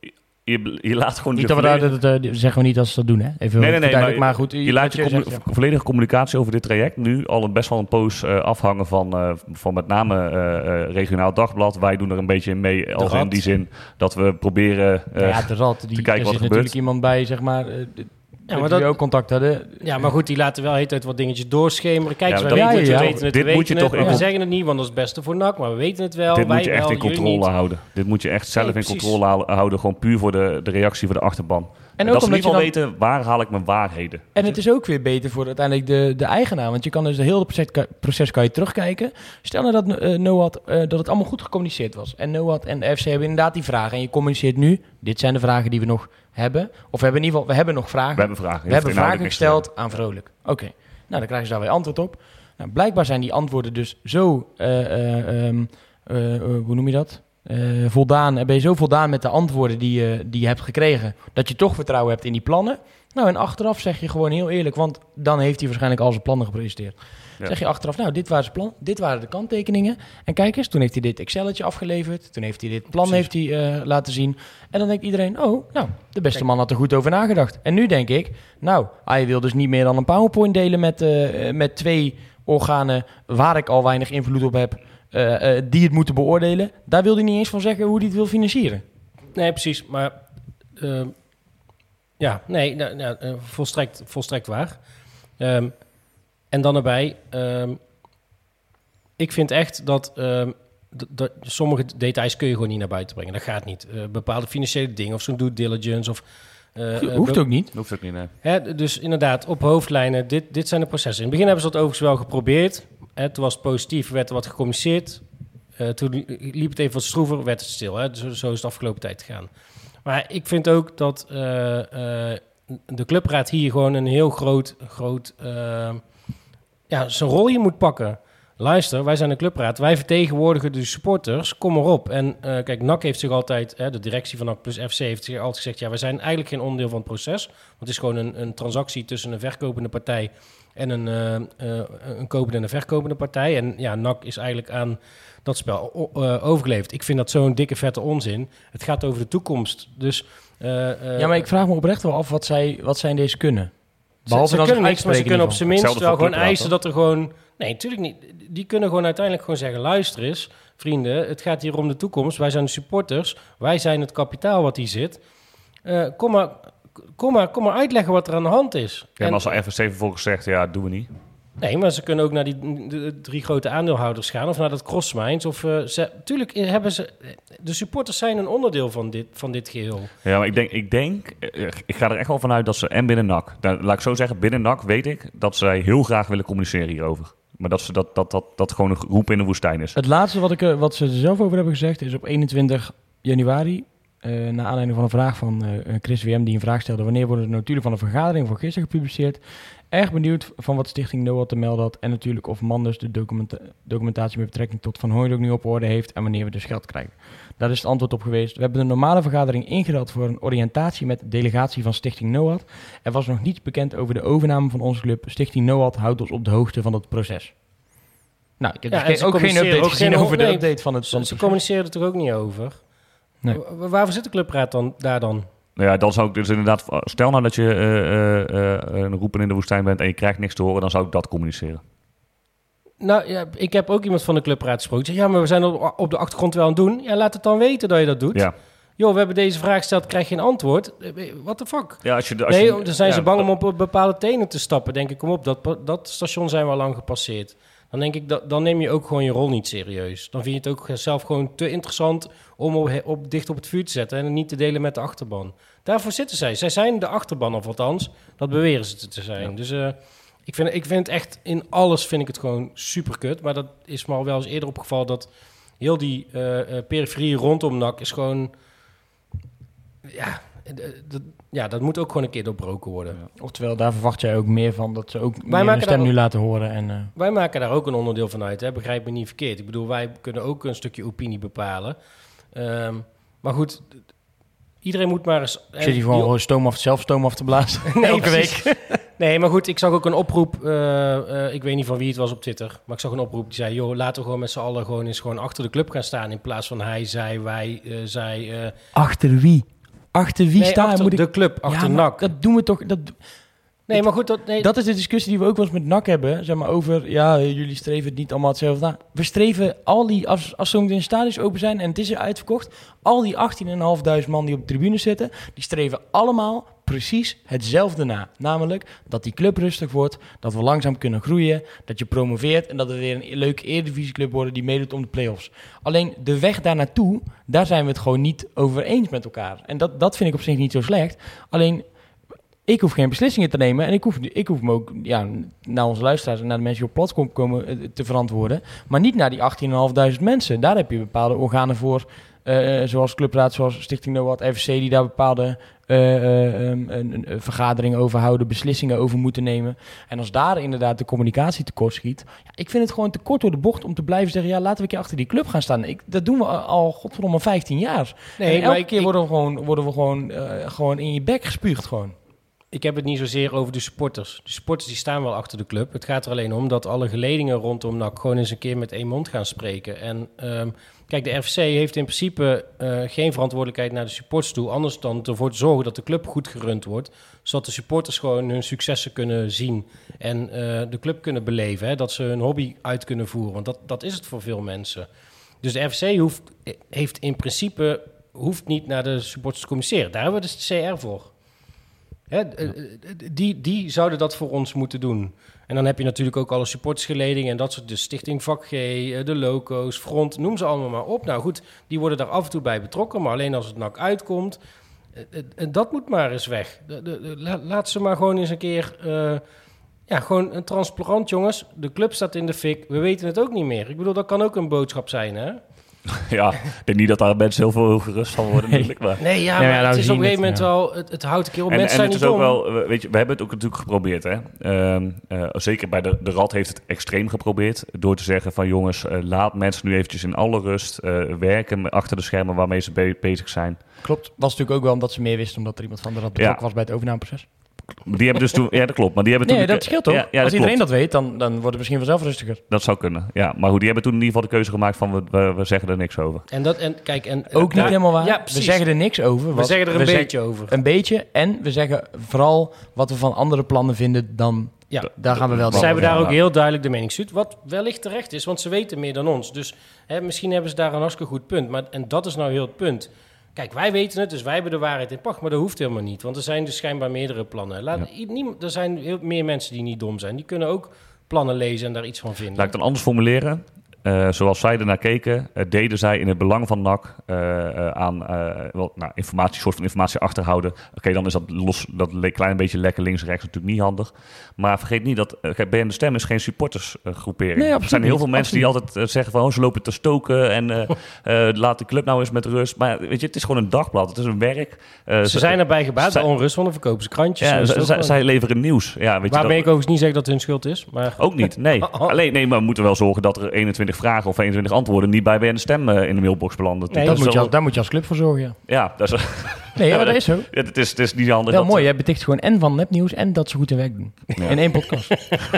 Je, je laat gewoon... Niet de dat we volledig- dat, dat, dat zeggen we niet als ze dat doen, hè? Even Nee, nee, nee, duidelijk, maar maar goed. Je laat je wat commu- zegt, ja. volledige communicatie over dit traject nu al een best wel een poos uh, afhangen van, uh, van met name uh, uh, regionaal dagblad. Wij doen er een beetje in mee, als in Rad. die zin dat we proberen uh, Nou ja, de Rad, die, te kijken er wat zit er natuurlijk gebeurt. iemand bij, zeg maar, uh, Ja, met maar wie dat- we ook contact hadden. Ja, maar goed, die laten wel de hele tijd wat dingetjes doorschemeren. Kijk, Ja, eens, maar wij dat- weten, ja, het, ja, we weten het, dit we moet je weten toch het, in maar we con- zeggen het niet, want dat is het beste voor N A C. Maar we weten het wel, Dit wij moet je echt wel, in jullie controle niet. houden. Dit moet je echt zelf Nee, in precies. controle hou- houden. Gewoon puur voor de, de reactie voor de achterban. En En ook dat ze in omdat ieder je geval weten, waar haal ik mijn waarheden? En het is ook weer beter voor uiteindelijk de, de eigenaar. Want je kan dus het hele proces, proces kan je terugkijken. Stel nou dat uh, NOAD, uh, dat het allemaal goed gecommuniceerd was. En NOAD en de F C hebben inderdaad die vragen. En je communiceert nu, dit zijn de vragen die we nog hebben. Of we hebben in ieder geval, we hebben nog vragen. We hebben vragen. We hebben vragen Inhoudelijk niks te gesteld aan Vrolijk. Oké, nou dan krijgen ze daar weer antwoord op. Nou, blijkbaar zijn die antwoorden dus zo, uh, uh, um, uh, uh, hoe noem je dat? Uh, voldaan, ben je zo voldaan met de antwoorden die je, die je hebt gekregen, dat je toch vertrouwen hebt in die plannen. Nou, en achteraf zeg je gewoon heel eerlijk, want dan heeft hij waarschijnlijk al zijn plannen gepresenteerd. Ja. Zeg je achteraf, nou, dit waren zijn plan, dit waren de kanttekeningen. En kijk eens, toen heeft hij dit Excelletje afgeleverd, toen heeft hij dit plan heeft hij, uh, laten zien. En dan denkt iedereen, oh, nou, de beste man had er goed over nagedacht. En nu denk ik, nou, hij wil dus niet meer dan een PowerPoint delen met, uh, met twee organen waar ik al weinig invloed op heb. Uh, uh, die het moeten beoordelen. Daar wil hij niet eens van zeggen hoe hij het wil financieren. Nee, precies. Maar uh, ja, nee, nou, nou, uh, volstrekt, volstrekt waar. Um, en dan erbij, um, ik vind echt dat, um, d- dat sommige details kun je gewoon niet naar buiten brengen. Dat gaat niet. Uh, bepaalde financiële dingen of zo'n due diligence of... Uh, Hoeft ook niet. Dat hoeft ook niet, nee. Hè, dus inderdaad, op hoofdlijnen, dit, dit zijn de processen. In het begin hebben ze dat overigens wel geprobeerd. Hè, toen was het positief, werd er wat gecommuniceerd. Uh, toen liep het even wat stroever, werd het stil. Hè. Zo, zo is het de afgelopen tijd gegaan. Maar ik vind ook dat uh, uh, de clubraad hier gewoon een heel groot, groot uh, ja, zijn rol hier moet pakken. luister, wij zijn een clubraad, wij vertegenwoordigen de supporters, kom erop. En uh, kijk, N A C heeft zich altijd, hè, de directie van N A C plus F C heeft zich altijd gezegd, ja, wij zijn eigenlijk geen onderdeel van het proces. Want het is gewoon een, een transactie tussen een verkopende partij en een, uh, uh, een kopende en een verkopende partij. En ja, N A C is eigenlijk aan dat spel uh, overgeleverd. Ik vind dat zo'n dikke vette onzin. Het gaat over de toekomst. Dus, uh, uh, ja, maar ik vraag me oprecht wel af wat zij, wat zij in deze kunnen. Behalve ze, ze kunnen niks, maar ze kunnen op zijn minst wel gewoon praten. eisen dat er gewoon... Nee, natuurlijk niet. Die kunnen gewoon uiteindelijk gewoon zeggen... luister eens, vrienden, het gaat hier om de toekomst. Wij zijn de supporters. Wij zijn het kapitaal wat hier zit. Uh, kom, maar, kom, maar, kom maar uitleggen wat er aan de hand is. Ja, en als de F C vervolgens zegt, ja, doen we niet. Nee, maar ze kunnen ook naar die de, de drie grote aandeelhouders gaan... of naar dat Crossminds. Of, uh, ze, tuurlijk hebben ze... De supporters zijn een onderdeel van dit, van dit geheel. Ja, maar ik denk, ik denk... Ik ga er echt wel vanuit dat ze... En binnen N A C... Nou, laat ik zo zeggen, binnen N A C weet ik... dat zij heel graag willen communiceren hierover. Maar dat ze dat, dat, dat, dat gewoon een roep in de woestijn is. Het laatste wat, ik, wat ze er zelf over hebben gezegd... is op eenentwintig januari... Uh, naar aanleiding van een vraag van uh, Chris W M... die een vraag stelde... wanneer worden de notulen van de vergadering van gisteren gepubliceerd... Erg benieuwd van wat Stichting NOAD te melden had... en natuurlijk of Manders de documenta- documentatie met betrekking tot Van Hooijdonk nu op orde heeft... en wanneer we dus geld krijgen. Daar is het antwoord op geweest. We hebben de normale vergadering ingeruild voor een oriëntatie... met de delegatie van Stichting NOAD. Er was nog niets bekend over de overname van onze club. Stichting NOAD houdt ons op de hoogte van het proces. Nou, ik heb ja, dus geen, ook geen update ook gezien geen, over nee, de update van het... Ze, ze communiceren er toch ook niet over? Nee. W- waarvoor zit de clubraad dan, daar dan? Nou ja, dan zou ik dus inderdaad... Stel nou dat je uh, uh, uh, een roepen in de woestijn bent... en je krijgt niks te horen, dan zou ik dat communiceren. Nou ja, ik heb ook iemand van de clubraad gesproken. Die zei, ja, maar we zijn op, op de achtergrond wel aan het doen. Ja, laat het dan weten dat je dat doet. Ja. Joh, we hebben deze vraag gesteld, krijg je geen antwoord. What the fuck? Ja, als je, de, als nee, je, dan zijn ja, ze bang dat, om op bepaalde tenen te stappen. Denk ik, kom op, dat, dat station zijn we al lang gepasseerd. Dan denk ik, dat, dan neem je ook gewoon je rol niet serieus. Dan vind je het ook zelf gewoon te interessant om op, op, dicht op het vuur te zetten... en het niet te delen met de achterban. Daarvoor zitten zij. Zij zijn de achterban, of althans, dat beweren ze te zijn. Ja. Dus uh, ik, vind, ik vind het echt, in alles vind ik het gewoon super kut. Maar dat is me al wel eens eerder opgevallen... dat heel die uh, uh, periferie rondom N A C is gewoon... Ja, dat, ja, dat moet ook gewoon een keer doorbroken worden. Ja. Oftewel, daar verwacht jij ook meer van... dat ze ook wij meer hun stem ook, nu laten horen. En, uh... Wij maken daar ook een onderdeel van uit, hè? Begrijp me niet verkeerd. Ik bedoel, wij kunnen ook een stukje opinie bepalen. Um, maar goed... Iedereen moet maar eens... Ik zit hier gewoon die... stoom af, zelf stoom af te blazen. Nee, elke week. Nee, maar goed, ik zag ook een oproep. Uh, uh, ik weet niet van wie het was op Twitter. Maar ik zag een oproep die zei... joh, laten we gewoon met z'n allen gewoon eens gewoon achter de club gaan staan... in plaats van hij, zij, wij, uh, zij... Uh... Achter wie? Achter wie nee, staan? Achter moet de ik... club, achter ja, N A C. Dat doen we toch... Dat... Nee, maar goed... Dat, nee. dat is de discussie die we ook wel eens met N A C hebben. Zeg maar over, ja, jullie streven het niet allemaal hetzelfde na. We streven al die, als, als zo'n stadions open zijn en het is er uitverkocht... al die achttienduizend vijfhonderd man die op de tribune zitten... die streven allemaal precies hetzelfde na. Namelijk dat die club rustig wordt, dat we langzaam kunnen groeien... dat je promoveert en dat we weer een leuke eredivisieclub worden... die meedoet om de play-offs. Alleen de weg daar naartoe, daar zijn we het gewoon niet over eens met elkaar. En dat, dat vind ik op zich niet zo slecht. Alleen... Ik hoef geen beslissingen te nemen en ik hoef, ik hoef me ook ja, naar onze luisteraars en naar de mensen die op platform komen te verantwoorden. Maar niet naar die achttienduizend vijfhonderd mensen. Daar heb je bepaalde organen voor, uh, zoals Clubraad, zoals Stichting NOAD, F C, die daar bepaalde uh, uh, um, een, een vergaderingen over houden, beslissingen over moeten nemen. En als daar inderdaad de communicatie tekort schiet, ja, ik vind het gewoon te kort door de bocht om te blijven zeggen, ja, laten we een keer achter die club gaan staan. Ik, dat doen we al, godverdomme, vijftien jaar. Nee, en elke ik, keer ik, worden we gewoon, worden we gewoon, uh, gewoon in je bek gespuugd gewoon. Ik heb het niet zozeer over de supporters. De supporters die staan wel achter de club. Het gaat er alleen om dat alle geledingen rondom N A C gewoon eens een keer met één mond gaan spreken. En um, kijk, de R F C heeft in principe uh, geen verantwoordelijkheid naar de supporters toe. Anders dan ervoor te zorgen dat de club goed gerund wordt. Zodat de supporters gewoon hun successen kunnen zien. En uh, de club kunnen beleven. Hè, dat ze hun hobby uit kunnen voeren. Want dat, dat is het voor veel mensen. Dus de R F C hoeft, heeft in principe hoeft niet naar de supporters te communiceren. Daar hebben we dus de C R voor. Hè, die, die zouden dat voor ons moeten doen. En dan heb je natuurlijk ook alle supportersgeledingen en dat soort, de Stichting Vak G, de Loco's, Front, noem ze allemaal maar op. Nou goed, die worden daar af en toe bij betrokken, maar alleen als het N A C uitkomt, en dat moet maar eens weg. De, de, de, laat ze maar gewoon eens een keer, uh, ja, gewoon een transparant, jongens. De club staat in de fik, we weten het ook niet meer. Ik bedoel, dat kan ook een boodschap zijn, hè? Ja, ik denk niet dat daar mensen heel veel gerust van worden. Natuurlijk, maar. Nee, ja, Ja, maar ja, nou, het is op zien een gegeven het, moment ja. wel... Het, het houdt een keer op. En, Mensen en zijn het niet is ook dom. wel, weet je, we hebben het ook natuurlijk geprobeerd. Hè? Um, uh, zeker bij de, de Rad heeft het extreem geprobeerd. Door te zeggen van jongens, uh, laat mensen nu eventjes in alle rust uh, werken achter de schermen waarmee ze be- bezig zijn. Klopt. Was natuurlijk ook wel omdat ze meer wisten, omdat er iemand van de Rad betrokken Ja. was bij het overnameproces. Die hebben dus toen, ja dat klopt, maar die hebben Nee, toen... dat scheelt toch? Ja, ja, Als dat iedereen klopt. dat weet, dan, dan wordt het misschien vanzelf rustiger. Dat zou kunnen, ja. Maar hoe die hebben toen in ieder geval de keuze gemaakt van we, we, we zeggen er niks over. En dat, en kijk, en... Ook niet daar- helemaal waar. Ja, we precies. zeggen er niks over. We wat- zeggen er een we beetje over. Een beetje. En we zeggen vooral wat we van andere plannen vinden dan... Ja. Daar gaan we wel Ze door. hebben daar ja. ook heel duidelijk de mening stuurt, wat wellicht terecht is, want ze weten meer dan ons. Dus hè, misschien hebben ze daar een hartstikke goed punt. Maar, en dat is nou heel het punt. Kijk, wij weten het, dus wij hebben de waarheid in pacht, maar dat hoeft helemaal niet. Want er zijn dus schijnbaar meerdere plannen. Laat, Ja. niemand, er zijn heel, meer mensen die niet dom zijn. Die kunnen ook plannen lezen en daar iets van vinden. Laat ik het dan anders formuleren. Uh, zoals zij ernaar keken, uh, deden zij in het belang van N A C uh, uh, aan uh, wel, nou, informatie, soort van informatie achterhouden. Oké, okay, dan is dat los, dat le- klein beetje lekker links-rechts natuurlijk niet handig. Maar vergeet niet dat uh, B N De Stem is geen supportersgroepering. Nee, er zijn heel niet, veel mensen die altijd uh, zeggen van oh, ze lopen te stoken en uh, uh, laat de club nou eens met rust. Maar weet je, het is gewoon een dagblad, het is een werk. Uh, ze zijn erbij gebaat bij zij, onrust, want dan verkopen ze krantjes. Ja, z- z- zij leveren nieuws. Ja, weet Waarmee je, ik overigens niet zeg dat het hun schuld is. Maar... Ook niet, nee. Alleen, nee, maar we moeten wel zorgen dat er eenentwintig vragen of eenentwintig antwoorden niet bij B N De Stem uh, in de mailbox belanden. Nee, dat is moet je, wel- als- daar moet je als club voor zorgen, ja. Ja, dat is... Nee, ja, maar dat is zo. Ja, het, is, het is niet handig. Wel dat, mooi, jij beticht gewoon en van nepnieuws en dat ze goed hun werk doen. Ja. In één podcast.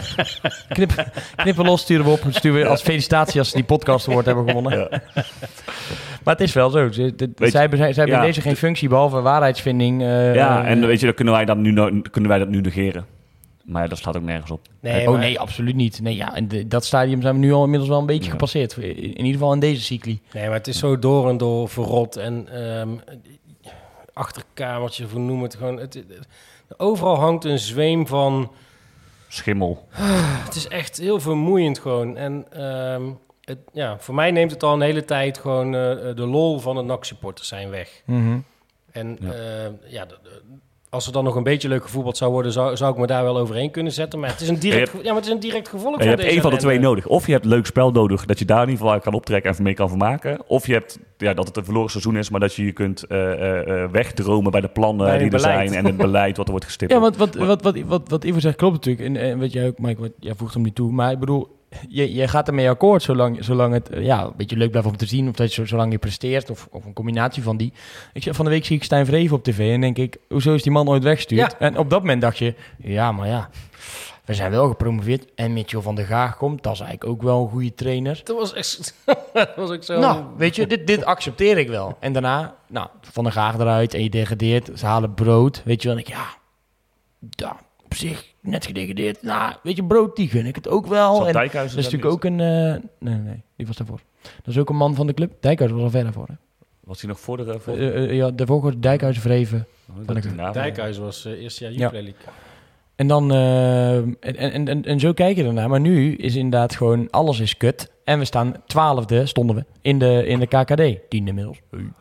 Knip, knippen los, sturen we op. Sturen we als felicitatie als ze die podcast award hebben gewonnen. Ja. Maar het is wel zo. Ze, de, Weet zij hebben, zij, zij hebben ja, in deze geen functie behalve waarheidsvinding. Uh, Ja, en weet je, dan kunnen wij dat nu, no- kunnen wij dat nu negeren. Maar ja, dat staat ook nergens op. Nee, oh maar- nee, absoluut niet. Nee, ja, en de, dat stadium zijn we nu al inmiddels wel een beetje Ja. gepasseerd. In, in ieder geval in deze cycli. Nee, maar het is zo door en door verrot. En ehm, achterkamertje, hoe noem het gewoon. Het, het- overal hangt een zweem van... Schimmel. Het is echt heel vermoeiend gewoon. En ehm, het, ja, voor mij neemt het al een hele tijd gewoon eh, de lol van de N A C-supporters zijn weg. Mm-hmm. En Ja. ja, ja de- de- als er dan nog een beetje leuk gevoetbald zou worden, zou, zou ik me daar wel overheen kunnen zetten. Maar het is een direct, Ja, je ja, maar het is een direct gevolg En van je hebt deze één van de twee ellende. nodig. Of je hebt leuk spel nodig, dat je daar in ieder geval uit kan optrekken en mee kan vermaken. Of je hebt ja, dat het een verloren seizoen is, maar dat je je kunt uh, uh, wegdromen bij de plannen Bij die het er beleid. zijn en het beleid wat er wordt gestippeld. Ja, want wat, wat, wat, wat, wat Ivo zegt klopt natuurlijk. En, en wat jij ook, Mike, wat, jij voegt hem niet toe. Maar ik bedoel, je, je gaat ermee akkoord zolang, zolang het uh, ja, een beetje leuk blijft om te zien. Of dat je, zolang je presteert. Of, of een combinatie van die. Ik, zeg, van de week zie ik Stijn Vreven op tv. En denk ik, hoezo is die man ooit weggestuurd? Ja. En op dat moment dacht je, ja, maar ja. We zijn wel gepromoveerd. En Mitchell van der Gaag komt. Dat is eigenlijk ook wel een goede trainer. Dat was echt... dat was ook zo... Nou, weet je, dit, dit accepteer ik wel. En daarna, nou, Van der Gaag eruit en je degradeert. Ze halen brood. Weet je wel, en ik, ja, ja, op zich net gedegradeerd. Nou, weet je, brood, die gun ik het ook wel. Zat En Dijkhuizen dat is daar natuurlijk ook een... uh, nee, nee, die was daarvoor. Dat is ook een man van de club. Dijkhuizen was al ver daarvoor, hè? Was hij nog voor de... Voor... Uh, uh, ja, daarvoor was Dijkhuizen Vreven. Oh, van dat de- die naam- Dijkhuis was uh, eerste jaar Ja. Jupiler League. En dan... Uh, en, en, en, en zo kijk je ernaar. Maar nu is inderdaad gewoon... Alles is kut. En we staan twaalfde, stonden we, in de, in de K K D. Tiende inmiddels.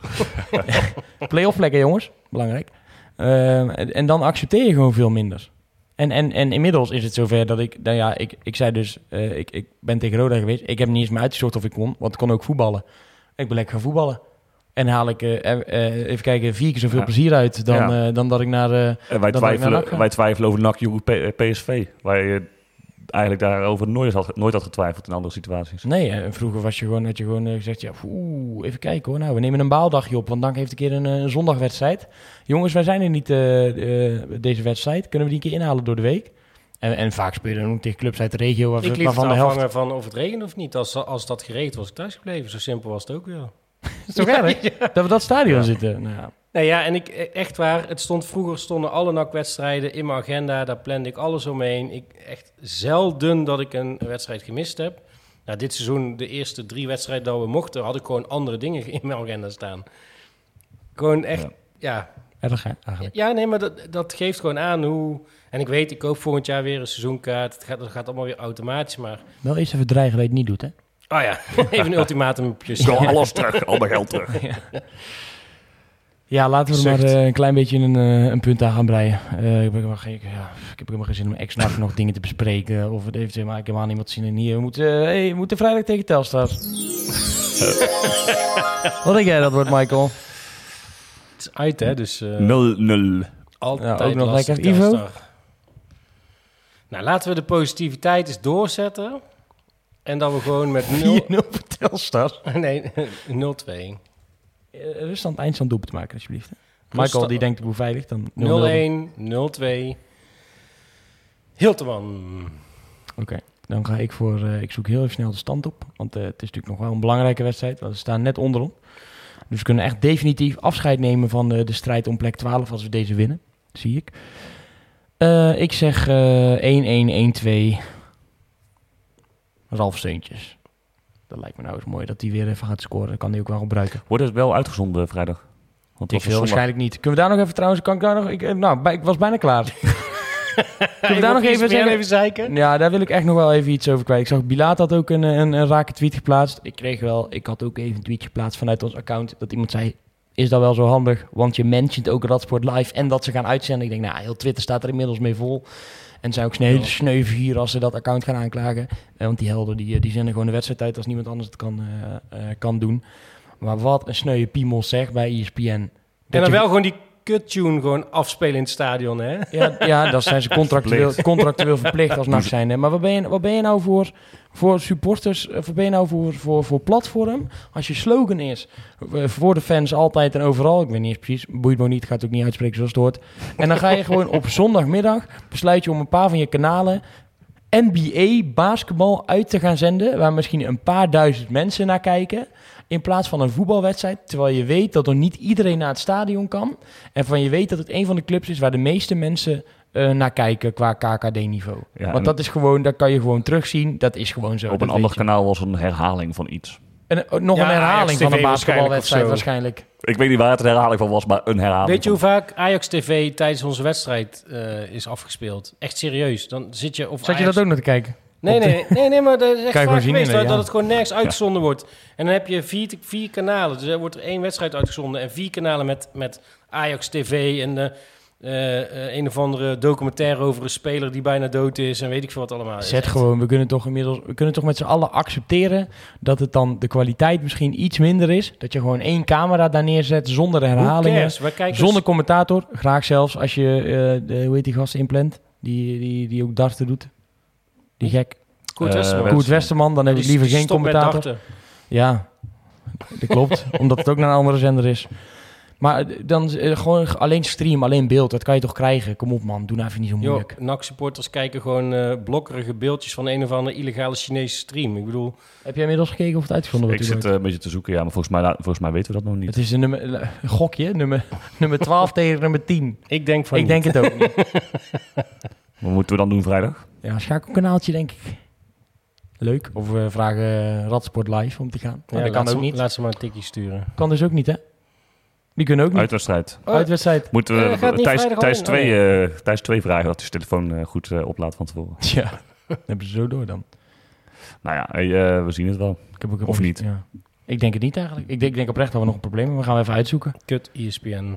Play-off plekken, jongens. Belangrijk. Uh, en, en dan accepteer je gewoon veel minder. En, en, en inmiddels is het zover dat ik... Nou ja, ik, ik zei dus... Uh, ik, ik ben tegen Roda geweest. Ik heb niet eens meer uitgezocht of ik kon. Want ik kon ook voetballen. Ik ben lekker gaan voetballen. En haal ik, uh, uh, even kijken, vier keer zoveel Ja. plezier uit... dan, Ja. uh, dan dat ik naar... Uh, En wij, dat ik naar twijfelen, N A C ga. wij twijfelen over N A C Jong P- P S V. Waar je eigenlijk daarover nooit had, nooit had getwijfeld in andere situaties. Nee, uh, vroeger was je gewoon, had je gewoon uh, gezegd... Ja, oeh, even kijken hoor. Nou, we nemen een baaldagje op... want Dank heeft een keer een, uh, zondagwedstrijd. Jongens, wij zijn er niet uh, uh, deze wedstrijd. Kunnen we die een keer inhalen door de week? En, en vaak spelen we ook tegen clubs uit de regio... Waar, Ik liet het waarvan de helft... afhangen van of het regent of niet. Als, als dat geregend was, ik thuis gebleven. Zo simpel was het ook weer. is toch erg? Dat we dat stadion Ja. zitten. Nou, ja. Nee, ja, en ik, echt waar, het stond vroeger stonden alle N A C-wedstrijden in mijn agenda. Daar plande ik alles omheen. Ik, echt zelden dat ik een wedstrijd gemist heb. Nou, dit seizoen, de eerste drie wedstrijden dat we mochten, had ik gewoon andere dingen in mijn agenda staan. Gewoon echt, Ja. ja. Erg, hè, eigenlijk. Ja, nee, maar dat, dat geeft gewoon aan hoe... En ik weet, ik koop volgend jaar weer een seizoenkaart. Het gaat, dat gaat allemaal weer automatisch, maar... Wel eerst even dreigen dat je het niet doet, hè? Oh ja, even een ultimatum. Ik wil alles terug, al mijn geld terug. Ja, laten we er Zucht. maar uh, een klein beetje een, uh, een punt aan gaan breien. Uh, ik, heb helemaal geen, ja, ik heb helemaal geen zin om ex-nacht nog dingen te bespreken. Of het eventueel maar ik helemaal niet wat zien in hier. We moeten, uh, hey, we moeten vrijdag tegen Telstar. Wat denk jij dat wordt, Michael? Het is uit, hè? Dus uh, nul nul. altijd Ja, ook nog lastig, lekker. Ivo? Telstar. Nou, laten we de positiviteit eens doorzetten. En dat we gewoon met nul... vier nul voor Telstar. nee, nul twee. Uh, Ruststand, eindstand doelpunt te maken, alsjeblieft. Hè. Ruststand- Michael, die denkt hoe veilig, dan nul nul. nul een, nul twee. Hilteman. Oké, dan ga ik voor... Uh, ik zoek heel even snel de stand op. Want uh, het is natuurlijk nog wel een belangrijke wedstrijd. Want we staan net onderom. Dus we kunnen echt definitief afscheid nemen van uh, de strijd om plek twaalf als we deze winnen. Zie ik. Uh, ik zeg uh, één een, één twee. Ralf Steuntjes. Dat lijkt me nou eens mooi dat hij weer even gaat scoren. Dan kan hij ook wel gebruiken. Wordt het wel uitgezonden vrijdag? Want Ik het veel was waarschijnlijk niet. Kunnen we daar nog even trouwens... Kan ik daar nog... Ik, uh, nou, bij, ik was bijna klaar. Kunnen we daar nog even zeggen? even zeiken? Ja, daar wil ik echt nog wel even iets over kwijt. Ik zag, Bilaat had ook een, een, een rake tweet geplaatst. Ik kreeg wel... Ik had ook even een tweetje geplaatst vanuit ons account. Dat iemand zei... Is dat wel zo handig? Want je mentioned ook Radsport Live en dat ze gaan uitzenden. Ik denk, nou, heel Twitter staat er inmiddels mee vol. En zijn ook sneu, Ja. sneu hier als ze dat account gaan aanklagen. Eh, want die helden, die, die zenden gewoon de wedstrijd uit als niemand anders het kan, uh, uh, kan doen. Maar wat een sneuwe piemel zeg bij E S P N. En Dat dan je- wel gewoon die kuttune gewoon afspelen in het stadion, hè? Ja, ja, dat zijn ze contractueel, Verplicht. contractueel verplicht als N A C zijn. Hè. Maar wat ben je, wat ben je nou voor, voor supporters, eh, wat ben je nou voor, voor, voor platform? Als je slogan is, eh, voor de fans altijd en overal, ik weet niet eens precies, boeit me ook niet, gaat het ook niet uitspreken zoals het hoort. En dan ga je gewoon op zondagmiddag, besluit je om een paar van je kanalen N B A basketbal uit te gaan zenden, waar misschien een paar duizend mensen naar kijken, in plaats van een voetbalwedstrijd, terwijl je weet dat er niet iedereen naar het stadion kan, en van je weet dat het een van de clubs is waar de meeste mensen uh, naar kijken qua K K D-niveau. Ja, Want en dat is gewoon, dat kan je gewoon terugzien, dat is gewoon zo. op dat een ander weet je. kanaal was een herhaling van iets. En, uh, nog Ja, een herhaling Ajax van T V een basketbalwedstrijd waarschijnlijk waarschijnlijk. Ik weet niet waar het een herhaling van was, maar een herhaling. Weet je van- hoe vaak Ajax T V tijdens onze wedstrijd uh, is afgespeeld? Echt serieus. Dan zit je... Of Zat je Ajax... dat ook nog te kijken? Nee, op de- nee, nee, nee, maar dat is echt Kan je vaak gewoon zien geweest, in, dat, ja. dat het gewoon nergens uitgezonden wordt. En dan heb je vier, vier kanalen. Dus er wordt er één wedstrijd uitgezonden en vier kanalen met, met Ajax T V en de, uh, uh, een of andere documentaire over een speler die bijna dood is en weet ik veel wat allemaal. Het is Zet echt- gewoon, we kunnen toch inmiddels, we kunnen toch met z'n allen accepteren dat het dan de kwaliteit misschien iets minder is. Dat je gewoon één camera daar neerzet zonder Who herhalingen, cares? Wij kijken zonder commentator. Graag zelfs als je, uh, de, hoe heet die gast inplant, die, die, die ook darten doet. Die gek. Koert Eh, Westerman. Koert Koert Westerman, dan heb ik Die liever geen stopt met commentator. darten. Ja, dat klopt. Omdat het ook naar een andere zender is. Maar eh, dan eh, gewoon alleen stream, alleen beeld. Dat kan je toch krijgen? Kom op man, doe nou even niet zo Joh, moeilijk. N A C-supporters kijken gewoon uh, blokkerige beeldjes van een of andere illegale Chinese stream. Ik bedoel, Heb jij inmiddels gekeken of het uitgevonden Ik wordt? zit uh, een beetje te zoeken, ja, maar volgens mij, volgens mij weten we dat nog niet. Het is een, nummer, een gokje, nummer, nummer twaalf tegen nummer tien. ik denk van Ik denk het ook niet. Wat moeten we dan doen vrijdag? Ja, schakelkanaaltje denk ik. Leuk. Of we vragen uh, Radsport Live om te gaan. Maar Ja, dat kan laat ook ze, niet. Laat ze maar een tikje sturen. Kan dus ook niet, hè? Die kunnen ook niet. Uitwedstrijd. Uitwedstrijd. Moeten we Eh, gaat niet Thijs, vrijdag Thijs, al in? twee, uh, Thijs twee vragen dat hij zijn telefoon uh, goed uh, oplaadt van tevoren. Ja, dat hebben ze zo door dan. Nou ja, uh, we zien het wel. Ik heb ook een Of niet? Ja. Ik denk het niet eigenlijk. Ik denk, ik denk oprecht dat we nog een probleem hebben. We gaan even uitzoeken. Kut E S P N.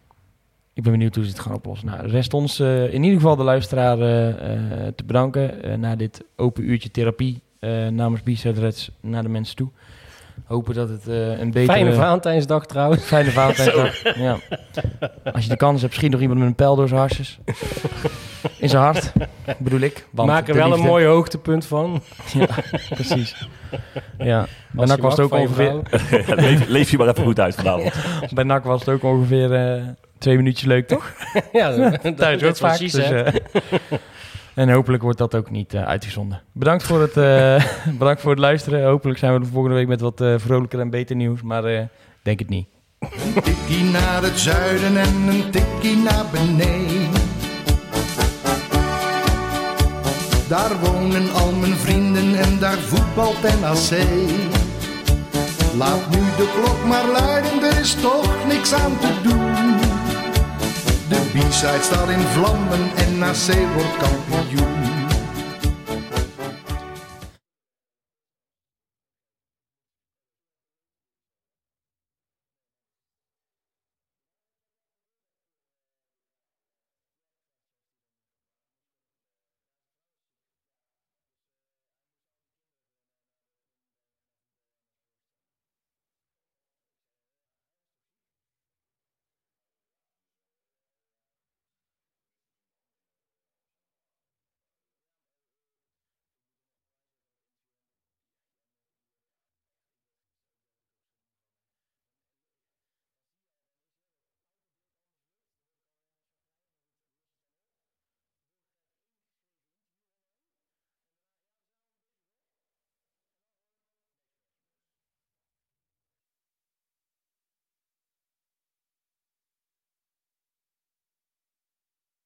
Ik ben benieuwd hoe ze het gaan oplossen. Nou, rest ons uh, in ieder geval de luisteraar uh, uh, te bedanken uh, na dit open uurtje therapie uh, namens B-Side Reds naar de mensen toe. Hopen dat het uh, een betere... Fijne Valentijnsdag trouwens. Fijne Valentijnsdag. Ja. Als je de kans hebt, schiet nog iemand met een pijl door zijn harsjes. In zijn hart, bedoel ik. Want Maak er de wel liefde- een mooi hoogtepunt van. Ja, precies. Ja. Bij Als N A je C was het mag ook van je ongeveer... vrouw. leef, leef je maar even goed uit vanavond. Bij N A C was het ook ongeveer uh, twee minuutjes leuk, toch? Ja, dat, Thuis dat ook vaak. precies, Dus, hè. uh, en hopelijk wordt dat ook niet uh, uitgezonden. Bedankt voor, het, uh, bedankt voor het luisteren. Hopelijk zijn we de volgende week met wat uh, vrolijker en beter nieuws. Maar uh, denk het niet. Een tikkie naar het zuiden en een tikkie naar beneden. Daar wonen al mijn vrienden en daar voetbalt N A C. Laat nu de klok maar luiden, er is toch niks aan te doen. De B-side staat in vlammen en N A C wordt kampioen.